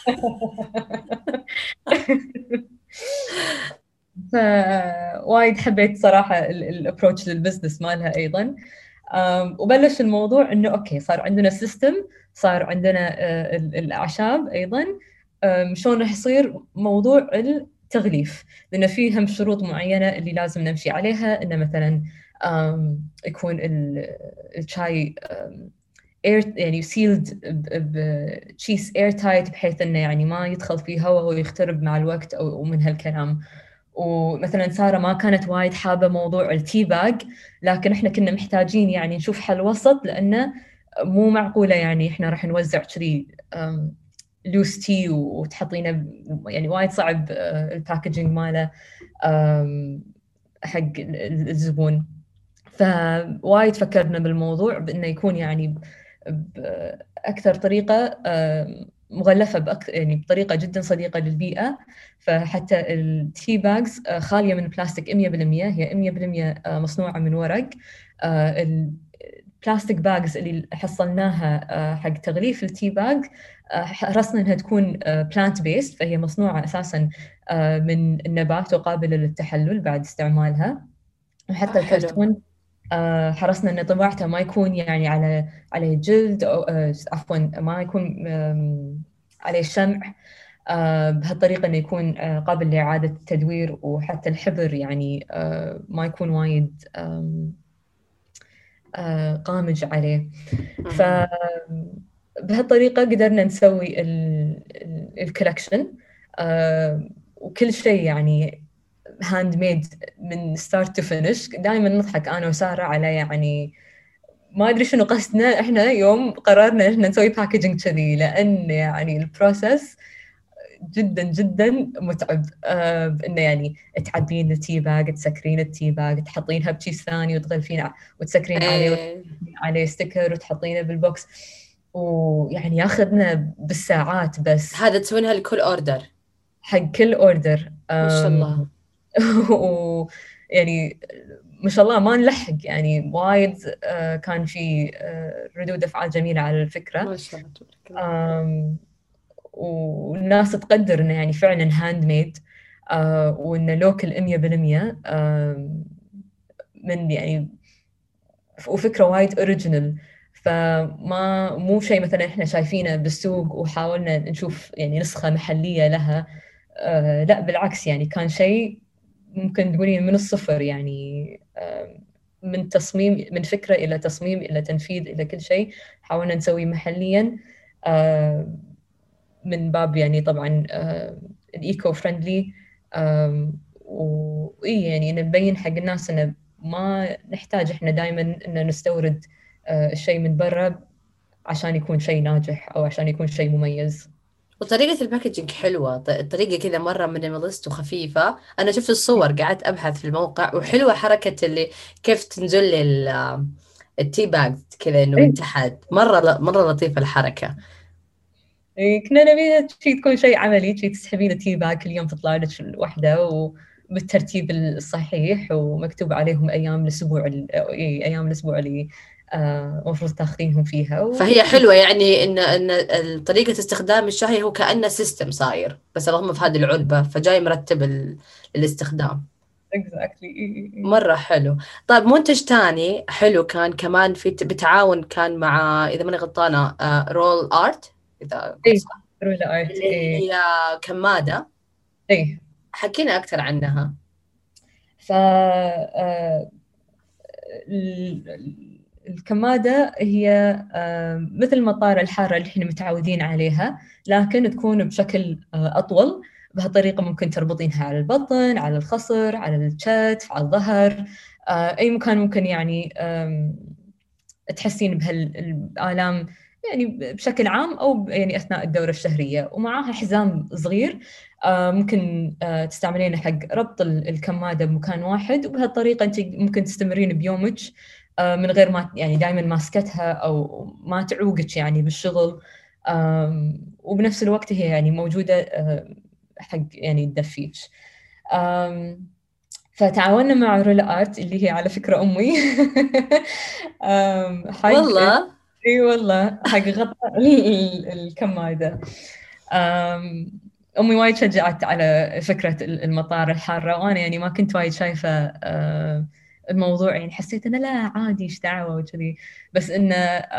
فوايد حبيت صراحة الابروتش للبزنس مالها أيضا. وبلش الموضوع إنه أوكي صار عندنا سيستم، صار عندنا آه، الأعشاب أيضا. شلون راح يصير موضوع التغليف، لأن فيه هم شروط معينة اللي لازم نمشي عليها، إنه مثلا يكون الشاي اير يعني سيلد بشيس اير تايت، بحيث انه يعني ما يدخل فيه هواء ويخترب مع الوقت او من هالكلام. ومثلا ساره ما كانت وايد حابه موضوع التي باج، لكن احنا كنا محتاجين يعني نشوف حل وسط، لانه مو معقوله يعني احنا راح نوزع كذي لوس تي وتحطينه، يعني وايد صعب الباكجينج ماله حق الزبون. فوايد فكرنا بالموضوع بأنه يكون يعني بأكثر طريقة مغلفة بأكثر يعني بطريقة جدا صديقة للبيئة. فحتى التي باجز خالية من البلاستيك مية بالمية، هي مية بالمية مصنوعة من ورق. البلاستيك باجز اللي حصلناها حق تغليف التي باج حرصنا انها تكون بلانت بيست، فهي مصنوعة اساسا من النبات وقابلة للتحلل بعد استعمالها. وحتى الكرتون حرصنا ان طباعته ما يكون يعني على على جلد او عفوا ما يكون عليه شمع، بهالطريقه انه يكون قابل لاعاده التدوير، وحتى الحبر يعني ما يكون وايد قامج عليه. ف بهالطريقه قدرنا نسوي الكولكشن، وكل شيء يعني هاند ميد من ستارت تو فينش. دائما نضحك انا وساره على يعني ما ادري شنو قصدنا احنا يوم قررنا احنا نسوي باكجينج كذي، لان يعني البروسس جدا جدا متعب. آه انه يعني تعبين التي باج، تسكرين التي باج، تحطينها بكيس ثاني وتغلفين وتسكرين عليه ايه. عليه ستيكر وتحطينه بالبوكس، ويعني ياخذنا بالساعات. بس هذا تسوونها لكل اوردر؟ حق كل اوردر. ما شاء الله. ويعني ما شاء الله ما نلحق يعني وايد. آه كان في آه ردود أفعال جميلة على الفكرة، ما شاء الله تبارك الله. والناس تقدر إنه يعني فعلا هاند ميد، آه وإنه لوكل مية بالمية، آه من يعني وفكرة وايد أوريجينال. فما مو شيء مثلا إحنا شايفينه بالسوق وحاولنا نشوف يعني نسخة محلية لها. آه لا بالعكس، يعني كان شيء ممكن تقولين من الصفر، يعني آه من تصميم، من فكرة إلى تصميم إلى تنفيذ إلى كل شيء حاولنا نسويه محليا، آه من باب يعني طبعا آه الإيكو فريندلي. وإيه يعني نبين حق الناس إنه ما نحتاج إحنا دائما إنه نستورد آه الشيء من برا عشان يكون شيء ناجح أو عشان يكون شيء مميز. وطريقة الباكجينج حلوة، الطريقة كذا مرة مينيماليست وخفيفة. أنا شفت الصور قعدت أبحث في الموقع، وحلوة حركة اللي كيف تنزل لي التي باج كذا إنه من تحت، مرة مرة لطيفة الحركة. كنا نبيها شيء تكون شيء عملي، شيء تسحبين التي باج كل يوم تطلع لك وحدة وبالترتيب الصحيح، ومكتوب عليهم أيام الأسبوع أيام الأسبوع اللي المفروض تاخذينهم فيها. و... فهي حلوة يعني إن إن طريقة استخدام الشاي هو كأنه سيستم صاير، بس اللهم في هذه العلبة فجاي مرتب ال... الاستخدام. exactly. مرة حلو. طيب منتج تاني حلو كان كمان في بتعاون كان مع إذا ماني غلطانة رول آرت، إذا إيه رول آرت، اللي إيه. هي كمادة. إيه حكينا أكثر عنها. ف آه... الكمادة هي مثل المطارة الحارة اللي احنا متعودين عليها، لكن تكون بشكل أطول. بهالطريقة ممكن تربطينها على البطن، على الخصر، على الكتف، على الظهر، أي مكان ممكن يعني تحسين بهالآلام يعني بشكل عام، أو يعني أثناء الدورة الشهرية. ومعها حزام صغير آه ممكن آه تستعملينه حق ربط الكمادة بمكان واحد، وبهالطريقة أنت ممكن تستمرين بيومك آه من غير ما يعني دائما ماسكتها أو ما تعوقك يعني بالشغل. آه وبنفس الوقت هي يعني موجودة آه حق يعني تدفيك. آه فتعاوننا مع رولا آرت اللي هي على فكرة أمي. حق والله اي والله حق غطاء الكمادة. أمي وايد شجعت على فكرة المطار الحارة، وأنا يعني ما كنت وايد شايفة الموضوع، يعني حسيت إنه لا عادي إيش دعوة وكذي، بس إنه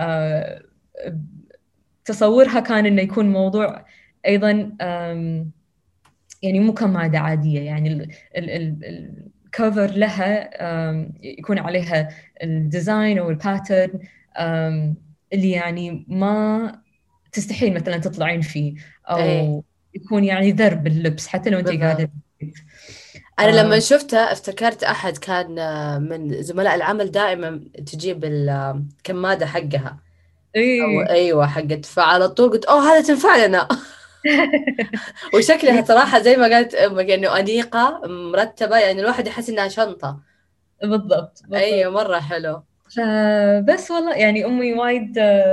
تصورها كان إنه يكون موضوع أيضا يعني مو كمادة عادية، يعني الكفر لها يكون عليها الديزاين أو الباترن اللي يعني ما تستحيل مثلا تطلعين فيه، أو ايه يكون يعني درب اللبس حتى لو أنت قاعدة. أنا لما شفتها افتكرت أحد كان من زملاء العمل دائما تجيب الكمادة حقها. أو إيه أيوة حقت، فعلى طول قلت أوه هذا تنفع لنا. وشكلها صراحة زي ما قالت أمك إنه أنيقة مرتبة، يعني الواحد يحس إنها شنطة. بالضبط بالضبط. أيوة مرة حلو. فبس والله يعني أمي وايد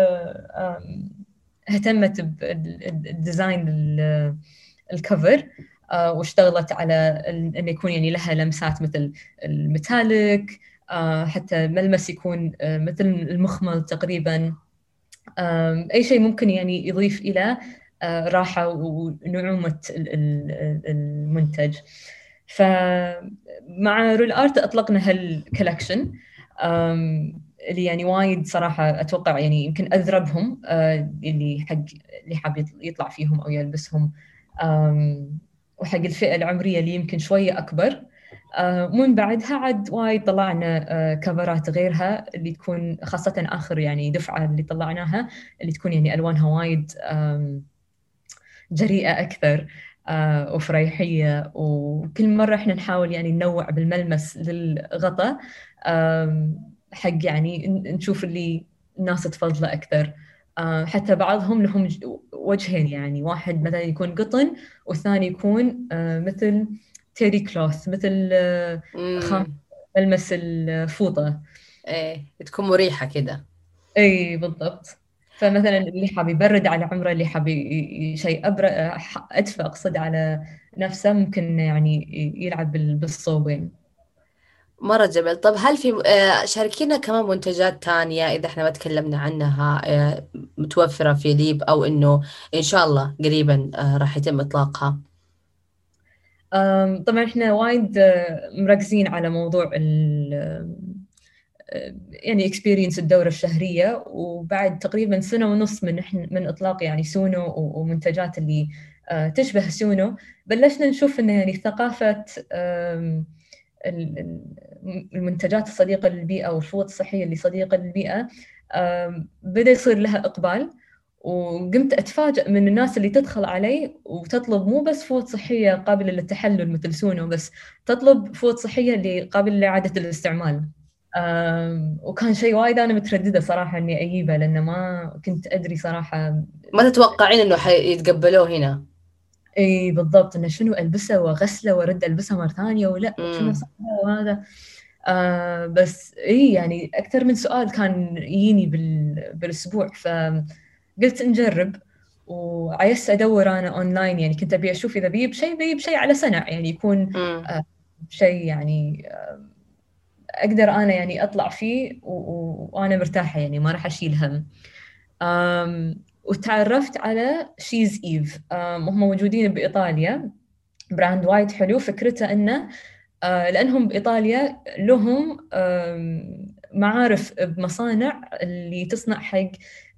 اهتمت بالديزاين الكفر، واشتغلت على أن يكون يعني لها لمسات مثل الميتاليك، حتى ملمس يكون مثل المخمل تقريبا، أي شيء ممكن يعني يضيف إلى راحة ونعومة المنتج. فمع رول آرت أطلقنا هالكولكشن اللي يعني وايد صراحة أتوقع يعني يمكن أذربهم اللي حق اللي حاب يطلع فيهم أو يلبسهم، وحق الفئة العمرية اللي يمكن شوية أكبر. من بعدها عاد وايد طلعنا كفرات غيرها اللي تكون خاصة آخر يعني دفعة اللي طلعناها اللي تكون يعني ألوانها وايد جريئة أكثر وفريحية، وكل مرة إحنا نحاول يعني ننوع بالملمس للغطاء حق يعني نشوف اللي الناس تفضله أكثر. حتى بعضهم لهم وجهين، يعني واحد مثلا يكون قطن والثاني يكون مثل تيري كلوث، مثل خام ملمس الفوطة. ايه تكون مريحة كده. اي بالضبط. فمثلا اللي حاب يبرد على عمره، اللي حاب شيء أبرد أدفى أقصد على نفسه، ممكن يعني يلعب بالصوبين. مرة جميل. طب هل في آه شاركينا كمان منتجات تانية إذا إحنا ما تكلمنا عنها آه متوفرة في ليب، أو إنه إن شاء الله قريبا آه راح يتم إطلاقها؟ طبعا إحنا وايد مركزين على موضوع ال يعني experience الدورة الشهرية، وبعد تقريبا سنة ونص من إحنا من إطلاق يعني سونو ومنتجات اللي تشبه سونو، بلشنا نشوف إنه يعني ثقافة المنتجات الصديقة للبيئة والفوط الصحية اللي صديقة للبيئة بدأ يصير لها إقبال. وقمت أتفاجأ من الناس اللي تدخل علي وتطلب مو بس فوط صحية قابلة للتحلل مثل سونو، بس تطلب فوط صحية اللي قابلة لإعادة الاستعمال. وكان شيء وايد أنا مترددة صراحة إني أجيبه، لأنه ما كنت أدري صراحة. ما تتوقعين إنه حيتقبلوه هنا؟ اي بالضبط، انه شنو البسه واغسله وارد البسه مره ثانيه ولا شنو صار وهذا. آه بس اي يعني اكثر من سؤال كان يجيني بالاسبوع، فقلت نجرب وعيست ادور انا اونلاين، يعني كنت ابي اشوف اذا بيجيب شيء بيجيب شيء على سنع، يعني يكون آه شيء يعني آه اقدر انا يعني اطلع فيه وانا مرتاحه، يعني ما راح اشيل هم. وتعرفت على شيز إيف، هم موجودين بإيطاليا، براند وايد حلو. فكرته أنه لأنهم بإيطاليا لهم معارف بمصانع اللي تصنع حق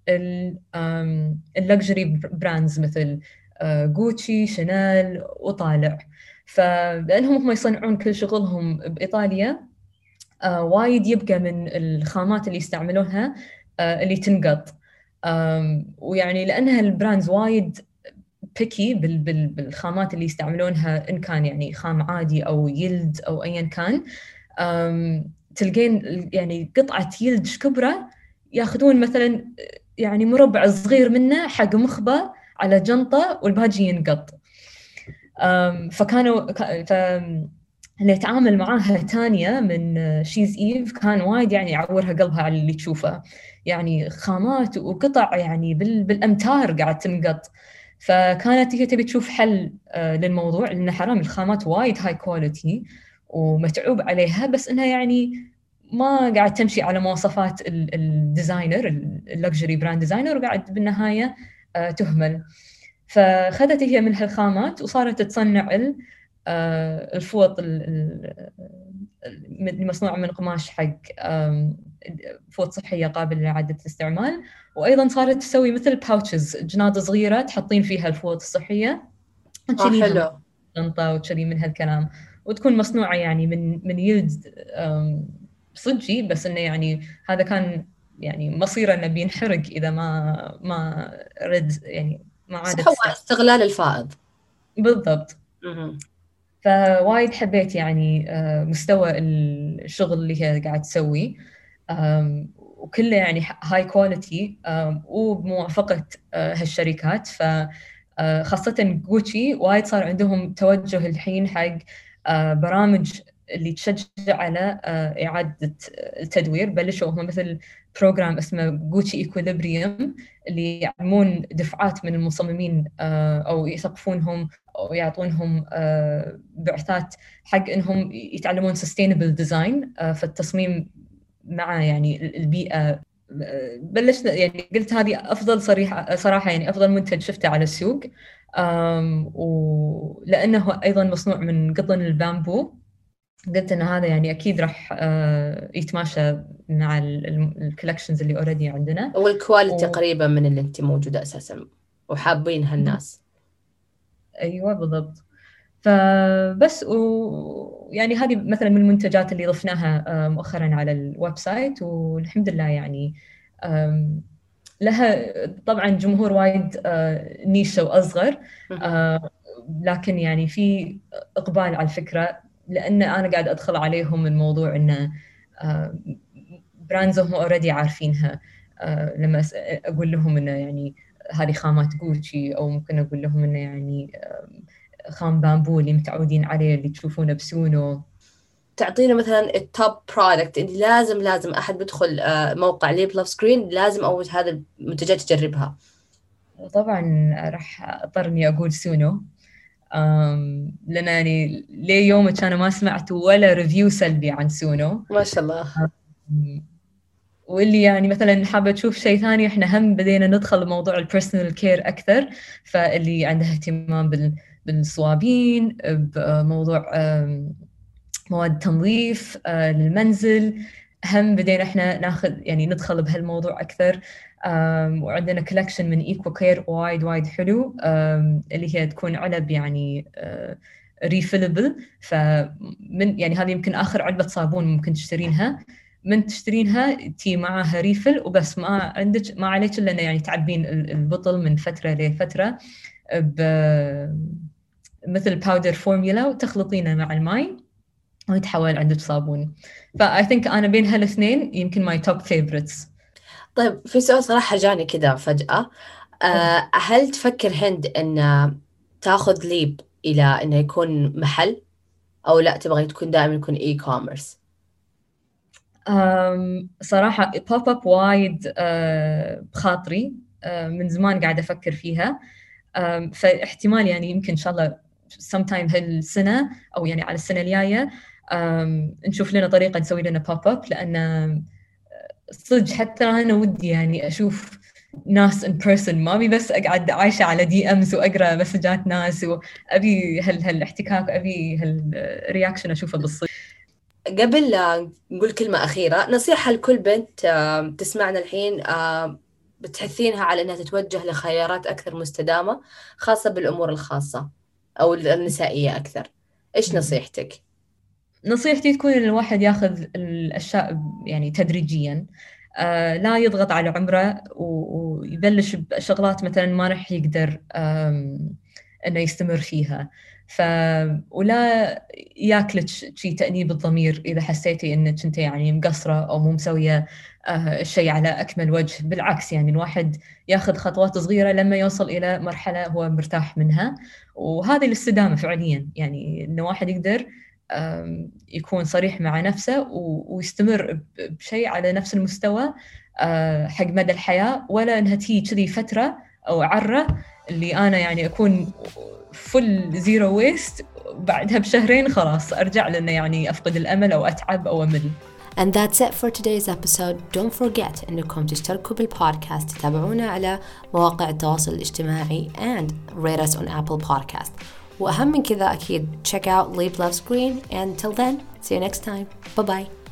اللكجري براندز مثل غوتشي شانيل وطالع. فلأنهم هم يصنعون كل شغلهم بإيطاليا، وايد يبقى من الخامات اللي يستعملونها اللي تنقط. ويعني لأنها البراندز وايد بيكي بالخامات اللي يستعملونها، إن كان يعني خام عادي أو يلد أو أيا كان، تلقين يعني قطعة يلد شكبرة ياخذون مثلا يعني مربع صغير منه حق مخبة على جنطة والباقي ينقط. فكانوا ف اللي يتعامل معاها تانية من شيز إيف كان وايد يعني يعورها قلبها على اللي تشوفه، يعني خامات وقطع يعني بالأمتار قاعد تنقط. فكانت هي تبي تشوف حل للموضوع، لأن حرام الخامات وايد هاي كواليتي ومتعوب عليها، بس إنها يعني ما قاعد تمشي على مواصفات الديزاينر اللكجري براند ديزاينر، وقاعد بالنهاية تهمل. فخذت هي من هالخامات وصارت تصنع الفوط المصنوعة من قماش حق فوط صحية قابلة لإعادة الاستعمال، وأيضاً صارت تسوي مثل باوتشز، جناد صغيرة تحطين فيها الفوط الصحية وتشيلينها شنطة وتشيلي من هالكلام، وتكون مصنوعة يعني من من يلد صجي، بس إنه يعني هذا كان يعني مصيره إنه بينحرق إذا ما ما رد يعني ما عادت هو استغلال الفائض بالضبط. فوايد حبيت يعني مستوى الشغل اللي هي قاعد تسوي، وكله يعني هاي كواليتي وبموافقة هالشركات. فخاصة غوتشي وايد صار عندهم توجه الحين حق برامج اللي تشجع على إعادة التدوير. بلشوا هم مثل بروجرام اسمه غوتشي إيكوليبريم، اللي يعلمون دفعات من المصممين أو يثقفونهم أو يعطونهم بعثات حق إنهم يتعلمون sustainable design في التصميم مع يعني البيئة. بلشنا يعني قلت هذه أفضل صريحة صراحة يعني أفضل منتج شفته على السوق، ولأنه أيضاً مصنوع من قطن البامبو، قلت إن هذا يعني أكيد راح يتماشى مع الكولكشنز اللي أوريدي عندنا، والكواليتي و... قريبة من اللي أنت موجودة أساساً وحابينها الناس. أيوة بالضبط. فبس ويعني هذه مثلاً من المنتجات اللي ضفناها مؤخراً على الويب سايت، والحمد لله يعني لها طبعاً جمهور وايد نيشة وأصغر، لكن يعني في إقبال على الفكرة، لأن أنا قاعد أدخل عليهم الموضوع إنه براندز هم أوريدي عارفينها. لما أقول لهم إنه يعني هذه خامات غوتشي، أو ممكن أقول لهم إنه يعني خام بامبو اللي متعودين عليه اللي تشوفونه بسونو. تعطينا مثلا التوب برودكت اللي لازم لازم أحد بدخل موقع ليب لاف سكرين لازم أول هذا المنتجات تجربها. طبعا راح أضطر إني أقول سونو، لأن يعني ليه يومك أنا ما سمعت ولا ريفيو سلبي عن سونو ما شاء الله. واللي يعني مثلا حابة تشوف شيء ثاني، إحنا هم بدينا ندخل موضوع البيرسونال كير أكثر، فاللي عنده اهتمام بال بالصوابين، بموضوع مواد تنظيف للمنزل، هم بدينا إحنا ناخذ يعني ندخل بهالموضوع أكثر. وعندنا كولكشن من إيكو كير وايد وايد حلو، اللي هي تكون علب يعني ريفيلبل. فمن يعني هذه يمكن آخر علبة صابون ممكن تشترينها، من تشترينها تي معها ريفل وبس، ما عندك ما عليك إلا يعني تعبين البطل من فترة لفترة ب مثل باودر فورميلا وتخلطينه مع الماء ويتحول عندك صابون. فا I think أنا بين هالاثنين يمكن my top favorites. طيب في سؤال صراحة جاني كده فجأة، أه هل تفكر هند أن تأخذ ليب إلى أنه يكون محل، أو لا تبغي تكون دائما يكون إي كوميرس؟ صراحة بوب أب وايد أه بخاطري، أه من زمان قاعدة أفكر فيها، فاحتمال يعني يمكن إن شاء الله sometime هالسنة أو يعني على السنة الجاية نشوف لنا طريقة نسوي لنا بوب أب، لأن صدق حتى أنا ودي يعني أشوف ناس in person، ما أبي بس أقعد عايشة على دي أمز وأقرأ مسجات ناس، وأبي هال هالاحتكاك، أبي هالرياكشن أشوفه بالصدق. قبل نقول كلمة أخيرة، نصيحة لكل بنت تسمعنا الحين بتحثينها على أنها تتوجه لخيارات أكثر مستدامة، خاصة بالأمور الخاصة أو النسائية أكثر، إيش نصيحتك؟ نصيحتي تكون إن الواحد ياخذ الأشياء يعني تدريجياً، آه لا يضغط على عمره ويبلش بشغلات مثلاً ما رح يقدر إنه يستمر فيها. ف ولا ياكلك شيء تأنيب الضمير إذا حسيتي إنك أنت يعني مقصرة أو مو مسوية آه الشيء على أكمل وجه. بالعكس يعني الواحد ياخذ خطوات صغيرة لما يوصل إلى مرحلة هو مرتاح منها، وهذه الاستدامة فعليا. يعني إنه واحد يقدر يكون صريح مع نفسه ويستمر بشيء على نفس المستوى حق مدى الحياة، ولا إنها تيجي كذي فترة أو عرة اللي أنا يعني أكون فل زيرو ويست بعدها بشهرين خلاص أرجع لأنه يعني أفقد الأمل أو أتعب أو أمل. And that's it for today's episode. Don't forget إنكم تشتركوا بالبودكاست، تتابعونا على مواقع التواصل الاجتماعي and rate us on Apple Podcast. وأهم من كذا أكيد check out Leap Loves Green, and till then see you next time. Bye bye.